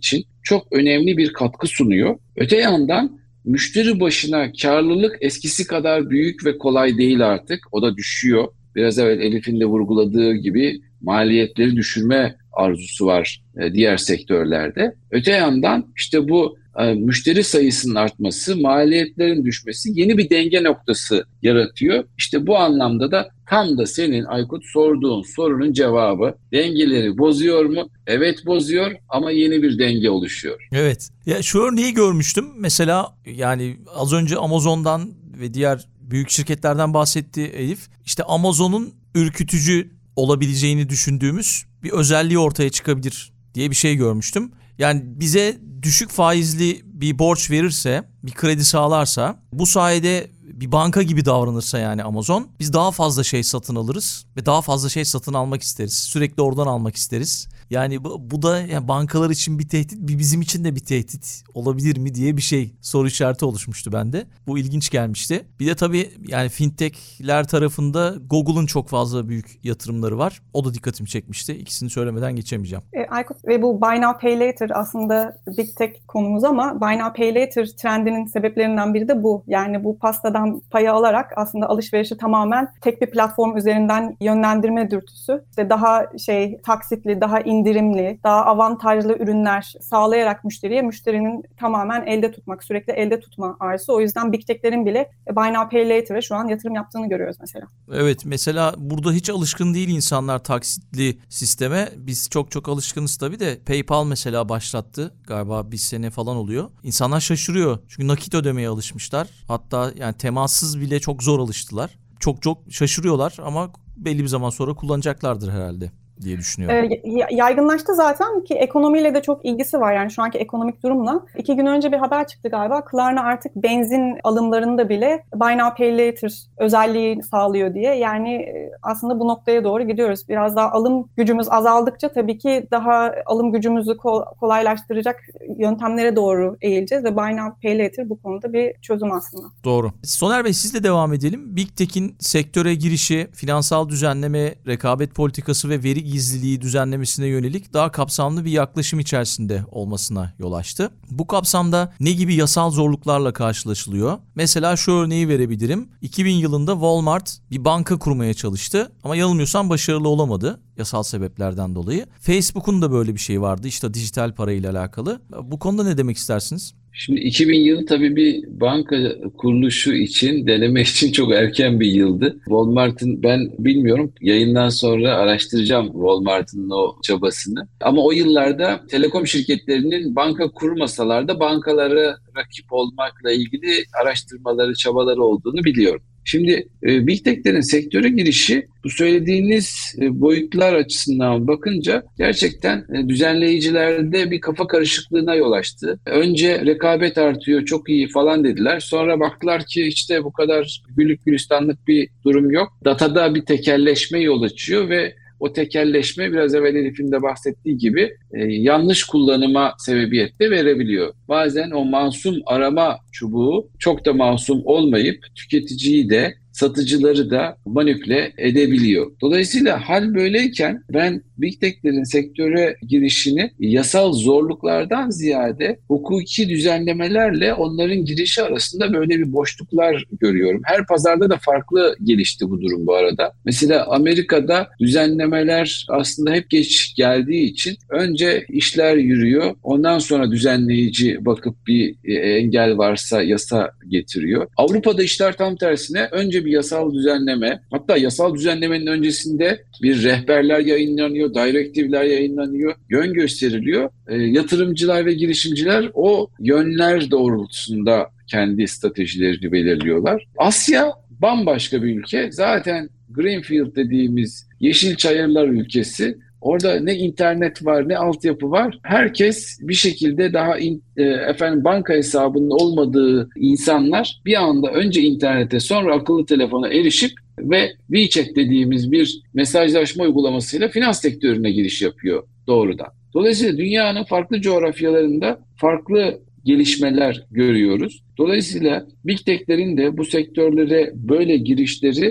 çok önemli bir katkı sunuyor. Öte yandan müşteri başına karlılık eskisi kadar büyük ve kolay değil artık. O da düşüyor. Biraz evvel Elif'in de vurguladığı gibi maliyetleri düşürme arzusu var diğer sektörlerde. Öte yandan işte bu müşteri sayısının artması, maliyetlerin düşmesi yeni bir denge noktası yaratıyor. İşte bu anlamda da tam da senin Aykut sorduğun sorunun cevabı, dengeleri bozuyor mu? Evet bozuyor ama yeni bir denge oluşuyor. Evet. Ya şu örneği görmüştüm. Mesela yani az önce Amazon'dan ve diğer büyük şirketlerden bahsetti Elif. İşte Amazon'un ürkütücü olabileceğini düşündüğümüz bir özelliği ortaya çıkabilir diye bir şey görmüştüm. Yani bize düşük faizli bir borç verirse, bir kredi sağlarsa, bu sayede bir banka gibi davranırsa yani Amazon, biz daha fazla şey satın alırız ve daha fazla şey satın almak isteriz. Sürekli oradan almak isteriz. Yani bu, bu da yani bankalar için bir tehdit, bizim için de bir tehdit olabilir mi diye bir şey, soru işareti oluşmuştu bende. Bu ilginç gelmişti. Bir de tabii yani fintechler tarafında Google'un çok fazla büyük yatırımları var. O da dikkatimi çekmişti. İkisini söylemeden geçemeyeceğim. E, Aykut, ve bu Buy Now Pay Later aslında Big Tech konumuz ama Buy Now Pay Later trendinin sebeplerinden biri de bu. Yani bu pastadan payı alarak aslında alışverişi tamamen tek bir platform üzerinden yönlendirme dürtüsü. İşte daha şey taksitli, daha indirimli, daha avantajlı ürünler sağlayarak müşteriye, müşterinin tamamen elde tutmak, sürekli elde tutma arzusu. O yüzden Big Tech'lerin bile Buy Now Pay Later'e şu an yatırım yaptığını görüyoruz mesela. Evet, mesela burada hiç alışkın değil insanlar taksitli sisteme. Biz çok çok alışkınız tabii de PayPal mesela başlattı. Galiba bir sene falan oluyor. İnsanlar şaşırıyor. Çünkü nakit ödemeye alışmışlar. Hatta yani temassız bile çok zor alıştılar. Çok çok şaşırıyorlar ama belli bir zaman sonra kullanacaklardır herhalde diye düşünüyorum. E, yaygınlaştı zaten ki ekonomiyle de çok ilgisi var. Yani şu anki ekonomik durumla. İki gün önce bir haber çıktı galiba. Klarna artık benzin alımlarında bile Buy Now Pay Later özelliği sağlıyor diye. Yani aslında bu noktaya doğru gidiyoruz. Biraz daha alım gücümüz azaldıkça tabii ki daha alım gücümüzü kolaylaştıracak yöntemlere doğru eğileceğiz ve Buy Now Pay Later bu konuda bir çözüm aslında. Doğru. Soner Bey, sizle devam edelim. Big Tech'in sektöre girişi, finansal düzenleme, rekabet politikası ve veri gizliliği düzenlemesine yönelik daha kapsamlı bir yaklaşım içerisinde olmasına yol açtı. Bu kapsamda ne gibi yasal zorluklarla karşılaşılıyor? Mesela şu örneği verebilirim. iki bin yılında Walmart bir banka kurmaya çalıştı ama yanılmıyorsam başarılı olamadı yasal sebeplerden dolayı. Facebook'un da böyle bir şey vardı, işte dijital parayla alakalı. Bu konuda ne demek istersiniz? Şimdi iki bin yılı tabii bir banka kuruluşu için, deneme için çok erken bir yıldı. Walmart'ın, ben bilmiyorum, yayından sonra araştıracağım Walmart'ın o çabasını. Ama o yıllarda telekom şirketlerinin banka kurmasalar da bankalara rakip olmakla ilgili araştırmaları, çabaları olduğunu biliyorum. Şimdi e, Big Tech'lerin sektöre girişi bu söylediğiniz e, boyutlar açısından bakınca gerçekten e, düzenleyicilerde bir kafa karışıklığına yol açtı. Önce rekabet artıyor, çok iyi falan dediler. Sonra baktılar ki işte bu kadar güllük gülistanlık bir durum yok. Datada bir tekelleşme yol açıyor ve o tekelleşme biraz evvel Elif'in de bahsettiği gibi e, yanlış kullanıma sebebiyet de verebiliyor. Bazen o masum arama çubuğu çok da masum olmayıp tüketiciyi de satıcıları da manipüle edebiliyor. Dolayısıyla hal böyleyken ben Big Tech'lerin sektöre girişini yasal zorluklardan ziyade hukuki düzenlemelerle onların girişi arasında böyle bir boşluklar görüyorum. Her pazarda da farklı gelişti bu durum bu arada. Mesela Amerika'da düzenlemeler aslında hep geç geldiği için önce işler yürüyor. Ondan sonra düzenleyici bakıp bir engel varsa yasa getiriyor. Avrupa'da işler tam tersine, önce bir yasal düzenleme, hatta yasal düzenlemenin öncesinde bir rehberler yayınlanıyor, direktifler yayınlanıyor, yön gösteriliyor. E, yatırımcılar ve girişimciler o yönler doğrultusunda kendi stratejilerini belirliyorlar. Asya bambaşka bir ülke. Zaten Greenfield dediğimiz yeşil çayırlar ülkesi. Orada ne internet var, ne altyapı var. Herkes bir şekilde daha in, e, efendim banka hesabının olmadığı insanlar bir anda önce internete, sonra akıllı telefona erişip ve WeChat dediğimiz bir mesajlaşma uygulamasıyla finans sektörüne giriş yapıyor doğrudan. Dolayısıyla dünyanın farklı coğrafyalarında farklı gelişmeler görüyoruz. Dolayısıyla Big Tech'lerin de bu sektörlere böyle girişleri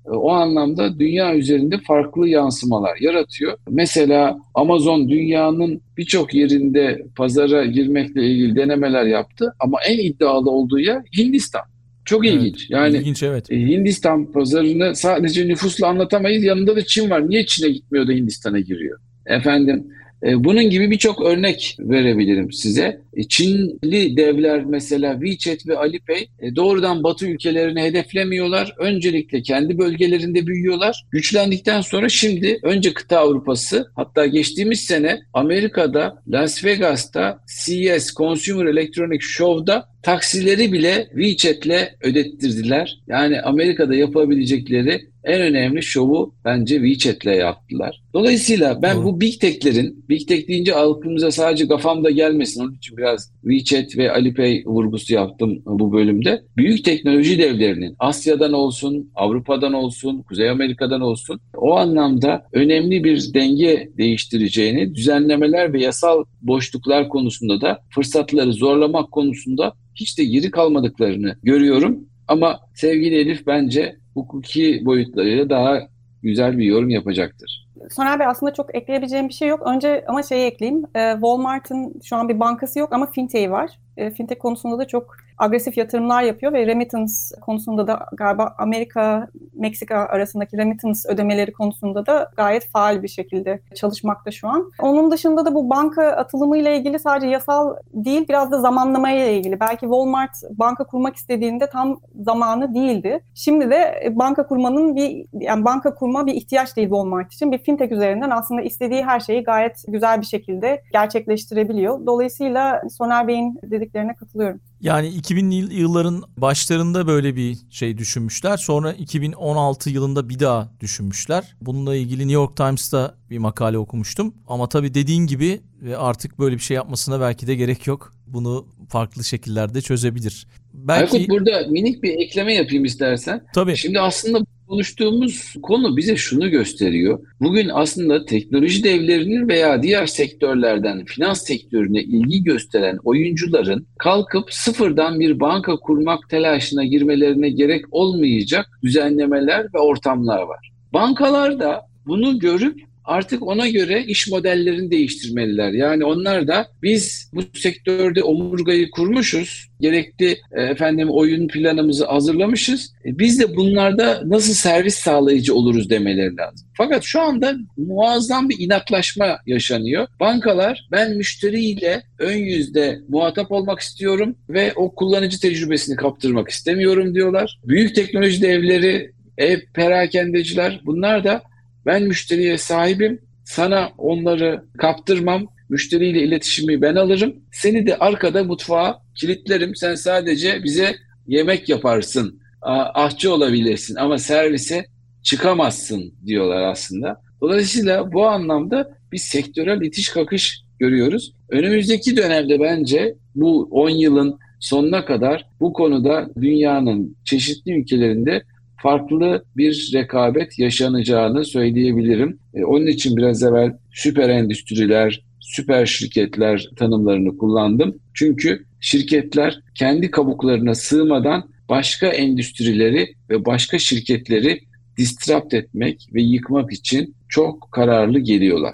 o anlamda dünya üzerinde farklı yansımalar yaratıyor. Mesela Amazon dünyanın birçok yerinde pazara girmekle ilgili denemeler yaptı ama en iddialı olduğu yer Hindistan. Çok Evet, ilginç. Yani ilginç, evet. Hindistan pazarını sadece nüfusla anlatamayız. Yanında da Çin var. Niye Çin'e gitmiyor da Hindistan'a giriyor? Efendim, e, bunun gibi birçok örnek verebilirim size. E, Çinli devler mesela WeChat ve Alipay e, doğrudan Batı ülkelerini hedeflemiyorlar. Öncelikle kendi bölgelerinde büyüyorlar. Güçlendikten sonra şimdi önce kıta Avrupası, hatta geçtiğimiz sene Amerika'da Las Vegas'ta C S Consumer Electronics Show'da taksileri bile WeChat'le ödettirdiler. Yani Amerika'da yapabilecekleri en önemli şovu bence WeChat'le yaptılar. Dolayısıyla ben Doğru. bu Big Tech'lerin, Big Tech deyince aklımıza sadece GAFAM'da gelmesin. Onun için biraz WeChat ve Alipay vurgusu yaptım bu bölümde. Büyük teknoloji devlerinin Asya'dan olsun, Avrupa'dan olsun, Kuzey Amerika'dan olsun o anlamda önemli bir denge değiştireceğini, düzenlemeler ve yasal boşluklar konusunda da fırsatları zorlamak konusunda hiç de geri kalmadıklarını görüyorum. Ama sevgili Elif bence hukuki boyutlarıyla daha güzel bir yorum yapacaktır. Soner Bey, aslında çok ekleyebileceğim bir şey yok. Önce ama şeyi ekleyeyim. E, Walmart'ın şu an bir bankası yok ama fintech'i var. E, fintech konusunda da çok agresif yatırımlar yapıyor ve remittance konusunda da galiba Amerika, Meksika arasındaki remittance ödemeleri konusunda da gayet faal bir şekilde çalışmakta şu an. Onun dışında da bu banka atılımı ile ilgili sadece yasal değil, biraz da zamanlamaya ile ilgili. Belki Walmart banka kurmak istediğinde tam zamanı değildi. Şimdi de banka kurmanın bir yani banka kurma bir ihtiyaç değil Walmart için. Bir fintech üzerinden aslında istediği her şeyi gayet güzel bir şekilde gerçekleştirebiliyor. Dolayısıyla Soner Bey'in dediklerine katılıyorum. Yani iki binli yılların başlarında böyle bir şey düşünmüşler. Sonra iki bin on altı yılında bir daha düşünmüşler. Bununla ilgili New York Times'ta bir makale okumuştum. Ama tabii dediğin gibi artık böyle bir şey yapmasına belki de gerek yok. Bunu farklı şekillerde çözebilir. Belki... Aykut, burada minik bir ekleme yapayım istersen. Tabii. Şimdi aslında konuştuğumuz konu bize şunu gösteriyor. Bugün aslında teknoloji devlerinin veya diğer sektörlerden finans sektörüne ilgi gösteren oyuncuların kalkıp sıfırdan bir banka kurmak telaşına girmelerine gerek olmayacak düzenlemeler ve ortamlar var. Bankalar da bunu görüp artık ona göre iş modellerini değiştirmeliler. Yani onlar da biz bu sektörde omurgayı kurmuşuz, gerekli e, efendim oyun planımızı hazırlamışız. E, biz de bunlarda nasıl servis sağlayıcı oluruz demeleri lazım. Fakat şu anda muazzam bir inatlaşma yaşanıyor. Bankalar ben müşteriyle ön yüzde muhatap olmak istiyorum ve o kullanıcı tecrübesini kaptırmak istemiyorum diyorlar. Büyük teknoloji devleri, e-perakendeciler bunlar da ben müşteriye sahibim, sana onları kaptırmam, müşteriyle iletişimi ben alırım, seni de arkada mutfağa kilitlerim, sen sadece bize yemek yaparsın, ahçı olabilirsin ama servise çıkamazsın diyorlar aslında. Dolayısıyla bu anlamda bir sektörel itiş kakış görüyoruz. Önümüzdeki dönemde bence bu on yılın sonuna kadar bu konuda dünyanın çeşitli ülkelerinde farklı bir rekabet yaşanacağını söyleyebilirim. E, onun için biraz evvel süper endüstriler, süper şirketler tanımlarını kullandım. Çünkü şirketler kendi kabuklarına sığmadan başka endüstrileri ve başka şirketleri disrupt etmek ve yıkmak için çok kararlı geliyorlar.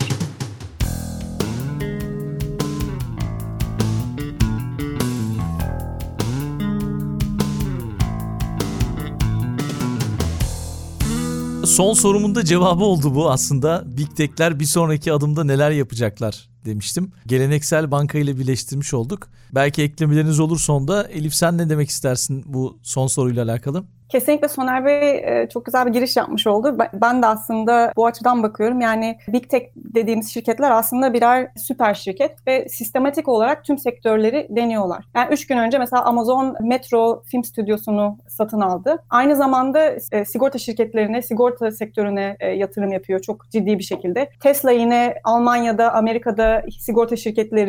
Son sorumun da cevabı oldu bu aslında. Big Tech'ler bir sonraki adımda neler yapacaklar demiştim. Geleneksel banka ile birleştirmiş olduk. Belki eklemeleriniz olur sonda. Elif, sen ne demek istersin bu son soruyla alakalı? Kesinlikle Soner Bey çok güzel bir giriş yapmış oldu. Ben de aslında bu açıdan bakıyorum. Yani Big Tech dediğimiz şirketler aslında birer süper şirket ve sistematik olarak tüm sektörleri deniyorlar. Yani üç gün önce mesela Amazon Metro film stüdyosunu satın aldı. Aynı zamanda sigorta şirketlerine, sigorta sektörüne yatırım yapıyor çok ciddi bir şekilde. Tesla yine Almanya'da, Amerika'da sigorta şirketleri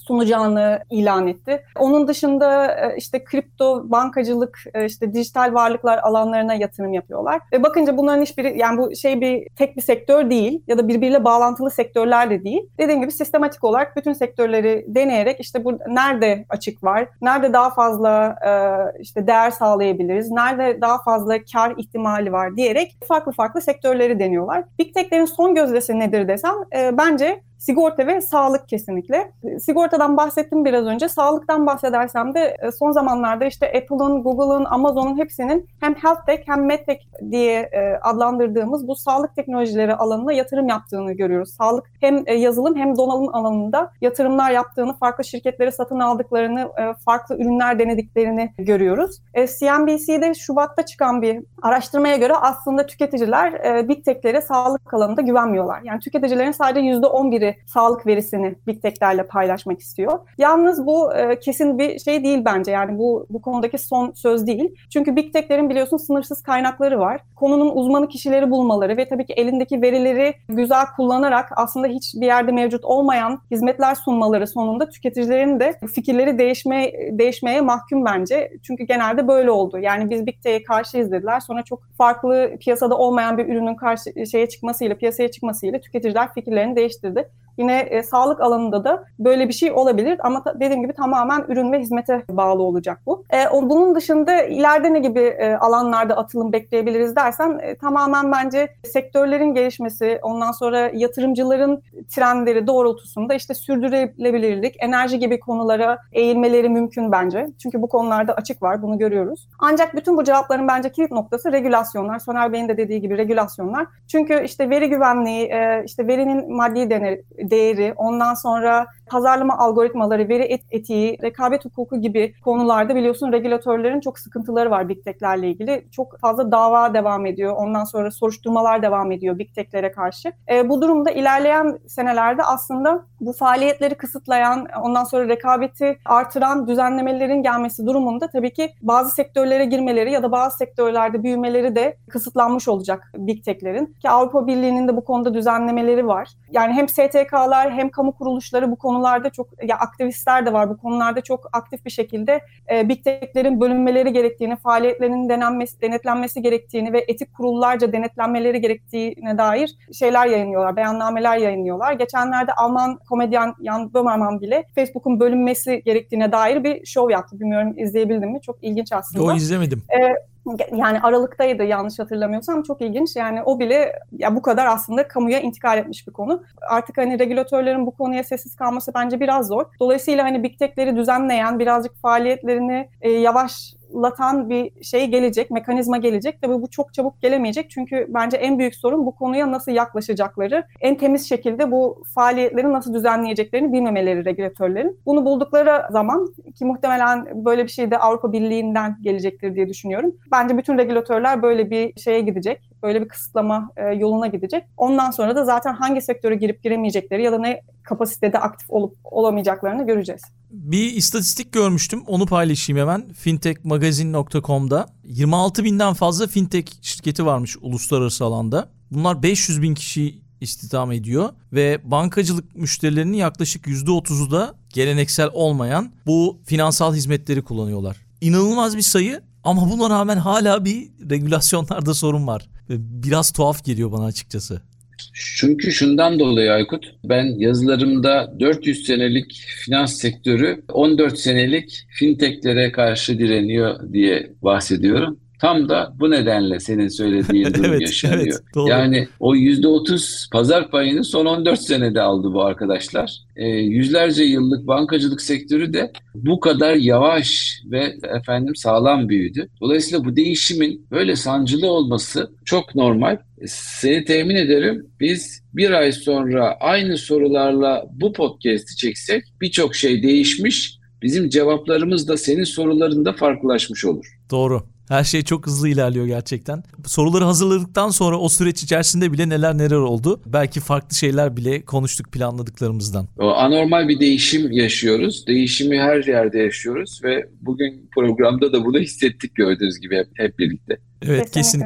sunacağını ilan etti. Onun dışında işte kripto, bankacılık, işte dijital varlıklar alanlarına yatırım yapıyorlar. Ve bakınca bunların hiçbiri, yani bu şey bir tek bir sektör değil ya da birbiriyle bağlantılı sektörler de değil. Dediğim gibi sistematik olarak bütün sektörleri deneyerek işte bu nerede açık var, nerede daha fazla işte değer sağlayabiliriz, nerede daha fazla kar ihtimali var diyerek farklı farklı sektörleri deniyorlar. Big Tech'lerin son gözdesi nedir desem, bence sigorta ve sağlık kesinlikle. Sigortadan bahsettim biraz önce. Sağlıktan bahsedersem de son zamanlarda işte Apple'ın, Google'ın, Amazon'un hepsinin hem health tech hem medtech diye adlandırdığımız bu sağlık teknolojileri alanına yatırım yaptığını görüyoruz. Sağlık hem yazılım hem donanım alanında yatırımlar yaptığını, farklı şirketleri satın aldıklarını, farklı ürünler denediklerini görüyoruz. C N B C'de Şubat'ta çıkan bir araştırmaya göre aslında tüketiciler Big Tech'lere sağlık alanında güvenmiyorlar. Yani tüketicilerin sadece yüzde on biri sağlık verisini Big Tech'lerle paylaşmak istiyor. Yalnız bu e, kesin bir şey değil bence. Yani bu bu konudaki son söz değil. Çünkü Big Tech'lerin biliyorsun sınırsız kaynakları var. Konunun uzmanı kişileri bulmaları ve tabii ki elindeki verileri güzel kullanarak aslında hiçbir yerde mevcut olmayan hizmetler sunmaları sonunda tüketicilerin de fikirleri değişmeye, değişmeye mahkum bence. Çünkü genelde böyle oldu. Yani biz Big Tech'e karşıyız dediler. Sonra çok farklı piyasada olmayan bir ürünün karşı şeye çıkmasıyla, piyasaya çıkmasıyla tüketiciler fikirlerini değiştirdi. Yine e, sağlık alanında da böyle bir şey olabilir ama ta, dediğim gibi tamamen ürün ve hizmete bağlı olacak bu. E, o, bunun dışında ileride ne gibi e, alanlarda atılım bekleyebiliriz dersen e, tamamen bence sektörlerin gelişmesi, ondan sonra yatırımcıların trendleri doğrultusunda işte sürdürülebilirlik, enerji gibi konulara eğilmeleri mümkün bence. Çünkü bu konularda açık var, bunu görüyoruz. Ancak bütün bu cevapların bence kilit noktası regülasyonlar. Soner Bey'in de dediği gibi regülasyonlar. Çünkü işte veri güvenliği, e, işte verinin maddi denir, değeri, ondan sonra pazarlama algoritmaları, veri et- etiği, rekabet hukuku gibi konularda biliyorsun regülatörlerin çok sıkıntıları var Big Tech'lerle ilgili. Çok fazla dava devam ediyor. Ondan sonra soruşturmalar devam ediyor Big Tech'lere karşı. E, bu durumda ilerleyen senelerde aslında bu faaliyetleri kısıtlayan, ondan sonra rekabeti artıran düzenlemelerin gelmesi durumunda tabii ki bazı sektörlere girmeleri ya da bazı sektörlerde büyümeleri de kısıtlanmış olacak Big Tech'lerin. Ki Avrupa Birliği'nin de bu konuda düzenlemeleri var. Yani hem S T K'lar hem kamu kuruluşları bu konularda çok, ya aktivistler de var bu konularda çok aktif bir şekilde e, Big Tech'lerin bölünmeleri gerektiğini, faaliyetlerinin denenmesi, denetlenmesi gerektiğini ve etik kurullarca denetlenmeleri gerektiğine dair şeyler yayınlıyorlar, beyannameler yayınlıyorlar. Geçenlerde Alman komedyen Jan Böhmermann bile Facebook'un bölünmesi gerektiğine dair bir şov yaptı. Bilmiyorum izleyebildin mi? Çok ilginç aslında. Yo, izlemedim. E, Yani Aralık'taydı yanlış hatırlamıyorsam, çok ilginç. Yani o bile ya bu kadar aslında kamuya intikal etmiş bir konu. Artık hani regülatörlerin bu konuya sessiz kalması bence biraz zor. Dolayısıyla hani Big Tech'leri düzenleyen, birazcık faaliyetlerini e, yavaşlatan bir şey gelecek, mekanizma gelecek. Tabii bu çok çabuk gelemeyecek. Çünkü bence en büyük sorun bu konuya nasıl yaklaşacakları, en temiz şekilde bu faaliyetleri nasıl düzenleyeceklerini bilmemeleri regülatörlerin. Bunu buldukları zaman, ki muhtemelen böyle bir şey de Avrupa Birliği'nden gelecektir diye düşünüyorum. Bence bütün regülatörler böyle bir şeye gidecek, böyle bir kısıtlama e, yoluna gidecek. Ondan sonra da zaten hangi sektöre girip giremeyecekleri ya da ne kapasitede aktif olup olamayacaklarını göreceğiz. Bir istatistik görmüştüm, onu paylaşayım hemen. fintech magazine nokta com'da yirmi altı binden fazla fintech şirketi varmış uluslararası alanda. Bunlar beş yüz bin kişi istihdam ediyor ve bankacılık müşterilerinin yaklaşık yüzde otuzu da geleneksel olmayan bu finansal hizmetleri kullanıyorlar. İnanılmaz bir sayı. Ama buna rağmen hala bir regülasyonlarda sorun var. Biraz tuhaf geliyor bana açıkçası. Çünkü şundan dolayı Aykut, ben yazılarımda dört yüz senelik finans sektörü on dört senelik fintechlere karşı direniyor diye bahsediyorum. Tam da bu nedenle senin söylediğin durum evet, yaşanıyor. Evet, doğru. Yani o yüzde otuz pazar payını son on dört senede aldı bu arkadaşlar. E, yüzlerce yıllık bankacılık sektörü de bu kadar yavaş ve efendim sağlam büyüdü. Dolayısıyla bu değişimin böyle sancılı olması çok normal. Seni temin ederim, biz bir ay sonra aynı sorularla bu podcast'i çeksek birçok şey değişmiş. Bizim cevaplarımız da senin sorularında farklılaşmış olur. Doğru. Her şey çok hızlı ilerliyor gerçekten. Soruları hazırladıktan sonra o süreç içerisinde bile neler neler oldu. Belki farklı şeyler bile konuştuk planladıklarımızdan. O anormal bir değişim yaşıyoruz. Değişimi her yerde yaşıyoruz ve bugün programda da bunu hissettik gördüğünüz gibi hep, hep birlikte. Evet, Kesinlikle. kesinlikle.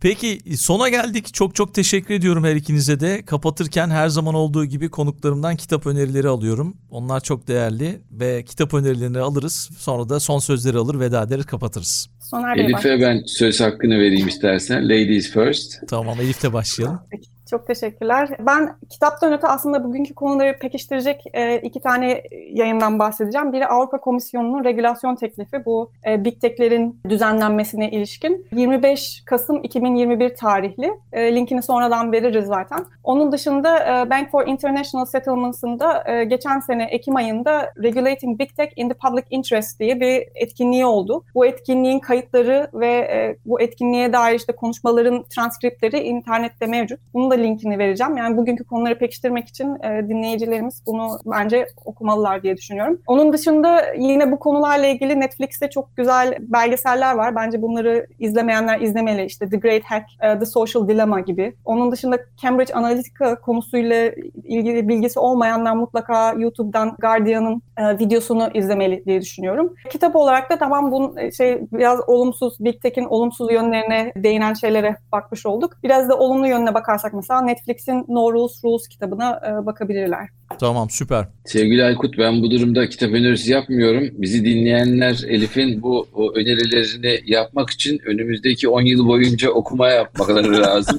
Peki sona geldik. Çok çok teşekkür ediyorum her ikinize de. Kapatırken her zaman olduğu gibi konuklarımdan kitap önerileri alıyorum. Onlar çok değerli ve kitap önerilerini alırız. Sonra da son sözleri alır, veda ederiz, kapatırız. Soner Bey Elif'e başlasın. ben söz hakkını vereyim istersen. Ladies first. Tamam, Elif'le başlayalım. Peki, çok teşekkürler. Ben kitaptan öte aslında bugünkü konuları pekiştirecek e, iki tane yayından bahsedeceğim. Biri Avrupa Komisyonu'nun regülasyon teklifi. Bu e, Big Tech'lerin düzenlenmesine ilişkin. yirmi beş Kasım iki bin yirmi bir tarihli. E, linkini sonradan veririz zaten. Onun dışında e, Bank for International Settlements'ın da e, geçen sene Ekim ayında Regulating Big Tech in the Public Interest diye bir etkinliği oldu. Bu etkinliğin kayıtları ve e, bu etkinliğe dair işte konuşmaların transkriptleri internette mevcut. Bunu da linkini vereceğim. Yani bugünkü konuları pekiştirmek için e, dinleyicilerimiz bunu bence okumalılar diye düşünüyorum. Onun dışında yine bu konularla ilgili Netflix'te çok güzel belgeseller var. Bence bunları izlemeyenler izlemeli. İşte The Great Hack, e, The Social Dilemma gibi. Onun dışında Cambridge Analytica konusuyla ilgili bilgisi olmayanlar mutlaka YouTube'dan Guardian'ın e, videosunu izlemeli diye düşünüyorum. Kitap olarak da tamam bunun şey biraz olumsuz, Big Tech'in olumsuz yönlerine değinen şeylere bakmış olduk. Biraz da olumlu yönüne bakarsak mesela Netflix'in No Rules Rules kitabına e, bakabilirler. Tamam, süper. Sevgili Aykut, ben bu durumda kitap önerisi yapmıyorum. Bizi dinleyenler Elif'in bu o önerilerini yapmak için önümüzdeki on yıl boyunca okuma yapmaları lazım.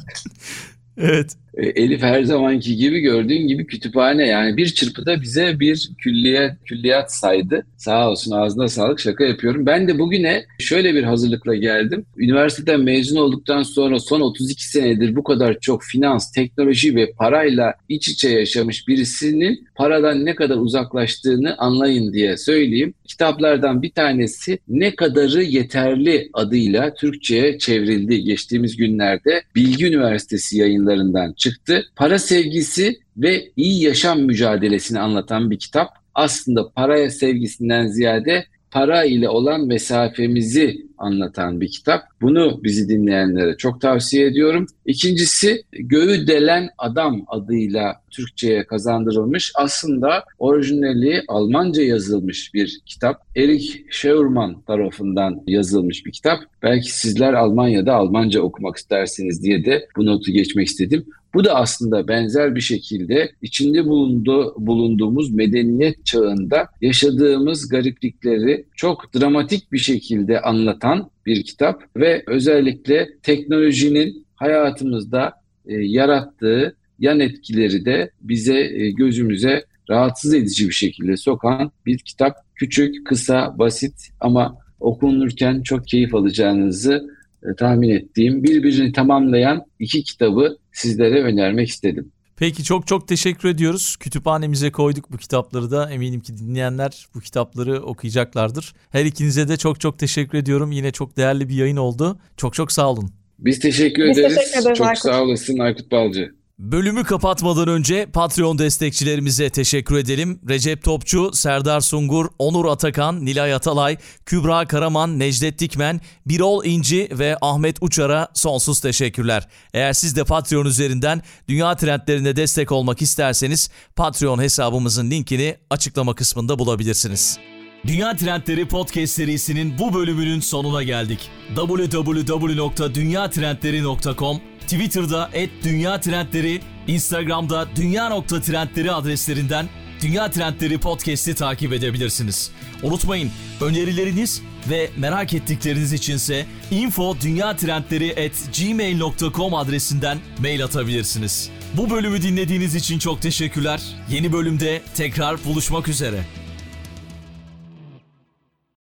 Evet. Elif her zamanki gibi gördüğün gibi kütüphane, yani bir çırpıda bize bir külliyat, külliyat saydı. Sağ olsun, ağzına sağlık, şaka yapıyorum. Ben de bugüne şöyle bir hazırlıkla geldim. Üniversiteden mezun olduktan sonra son otuz iki senedir bu kadar çok finans, teknoloji ve parayla iç içe yaşamış birisinin paradan ne kadar uzaklaştığını anlayın diye söyleyeyim. Kitaplardan bir tanesi Ne Kadarı Yeterli adıyla Türkçe'ye çevrildi. Geçtiğimiz günlerde Bilgi Üniversitesi yayınlarından çıktı. Para sevgisi ve iyi yaşam mücadelesini anlatan bir kitap. Aslında paraya sevgisinden ziyade para ile olan mesafemizi anlatan bir kitap. Bunu bizi dinleyenlere çok tavsiye ediyorum. İkincisi Göğü Delen Adam adıyla Türkçe'ye kazandırılmış. Aslında orijinali Almanca yazılmış bir kitap. Erich Scheuermann tarafından yazılmış bir kitap. Belki sizler Almanya'da Almanca okumak istersiniz diye de bu notu geçmek istedim. Bu da aslında benzer bir şekilde içinde bulunduğu, bulunduğumuz medeniyet çağında yaşadığımız gariplikleri çok dramatik bir şekilde anlatan bir kitap ve özellikle teknolojinin hayatımızda e, yarattığı yan etkileri de bize e, gözümüze rahatsız edici bir şekilde sokan bir kitap. Küçük, kısa, basit ama okunurken çok keyif alacağınızı e, tahmin ettiğim birbirini tamamlayan iki kitabı sizlere önermek istedim. Peki, çok çok teşekkür ediyoruz. Kütüphanemize koyduk bu kitapları da. Eminim ki dinleyenler bu kitapları okuyacaklardır. Her ikinize de çok çok teşekkür ediyorum. Yine çok değerli bir yayın oldu. Çok çok sağ olun. Biz teşekkür Biz ederiz. teşekkür ederiz Çok Aykut. sağ olasın Aykut Balcı. Bölümü kapatmadan önce Patreon destekçilerimize teşekkür edelim. Recep Topçu, Serdar Sungur, Onur Atakan, Nilay Atalay, Kübra Karaman, Necdet Dikmen, Birol İnci ve Ahmet Uçar'a sonsuz teşekkürler. Eğer siz de Patreon üzerinden dünya trendlerine destek olmak isterseniz Patreon hesabımızın linkini açıklama kısmında bulabilirsiniz. Dünya Trendleri Podcast serisinin bu bölümünün sonuna geldik. double-u double-u double-u nokta dünya trendleri nokta com, Twitter'da et dünya trendleri, Instagram'da dünya nokta trendleri adreslerinden Dünya Trendleri Podcast'i takip edebilirsiniz. Unutmayın, önerileriniz ve merak ettikleriniz içinse info dünya trendleri at gmail nokta com adresinden mail atabilirsiniz. Bu bölümü dinlediğiniz için çok teşekkürler. Yeni bölümde tekrar buluşmak üzere.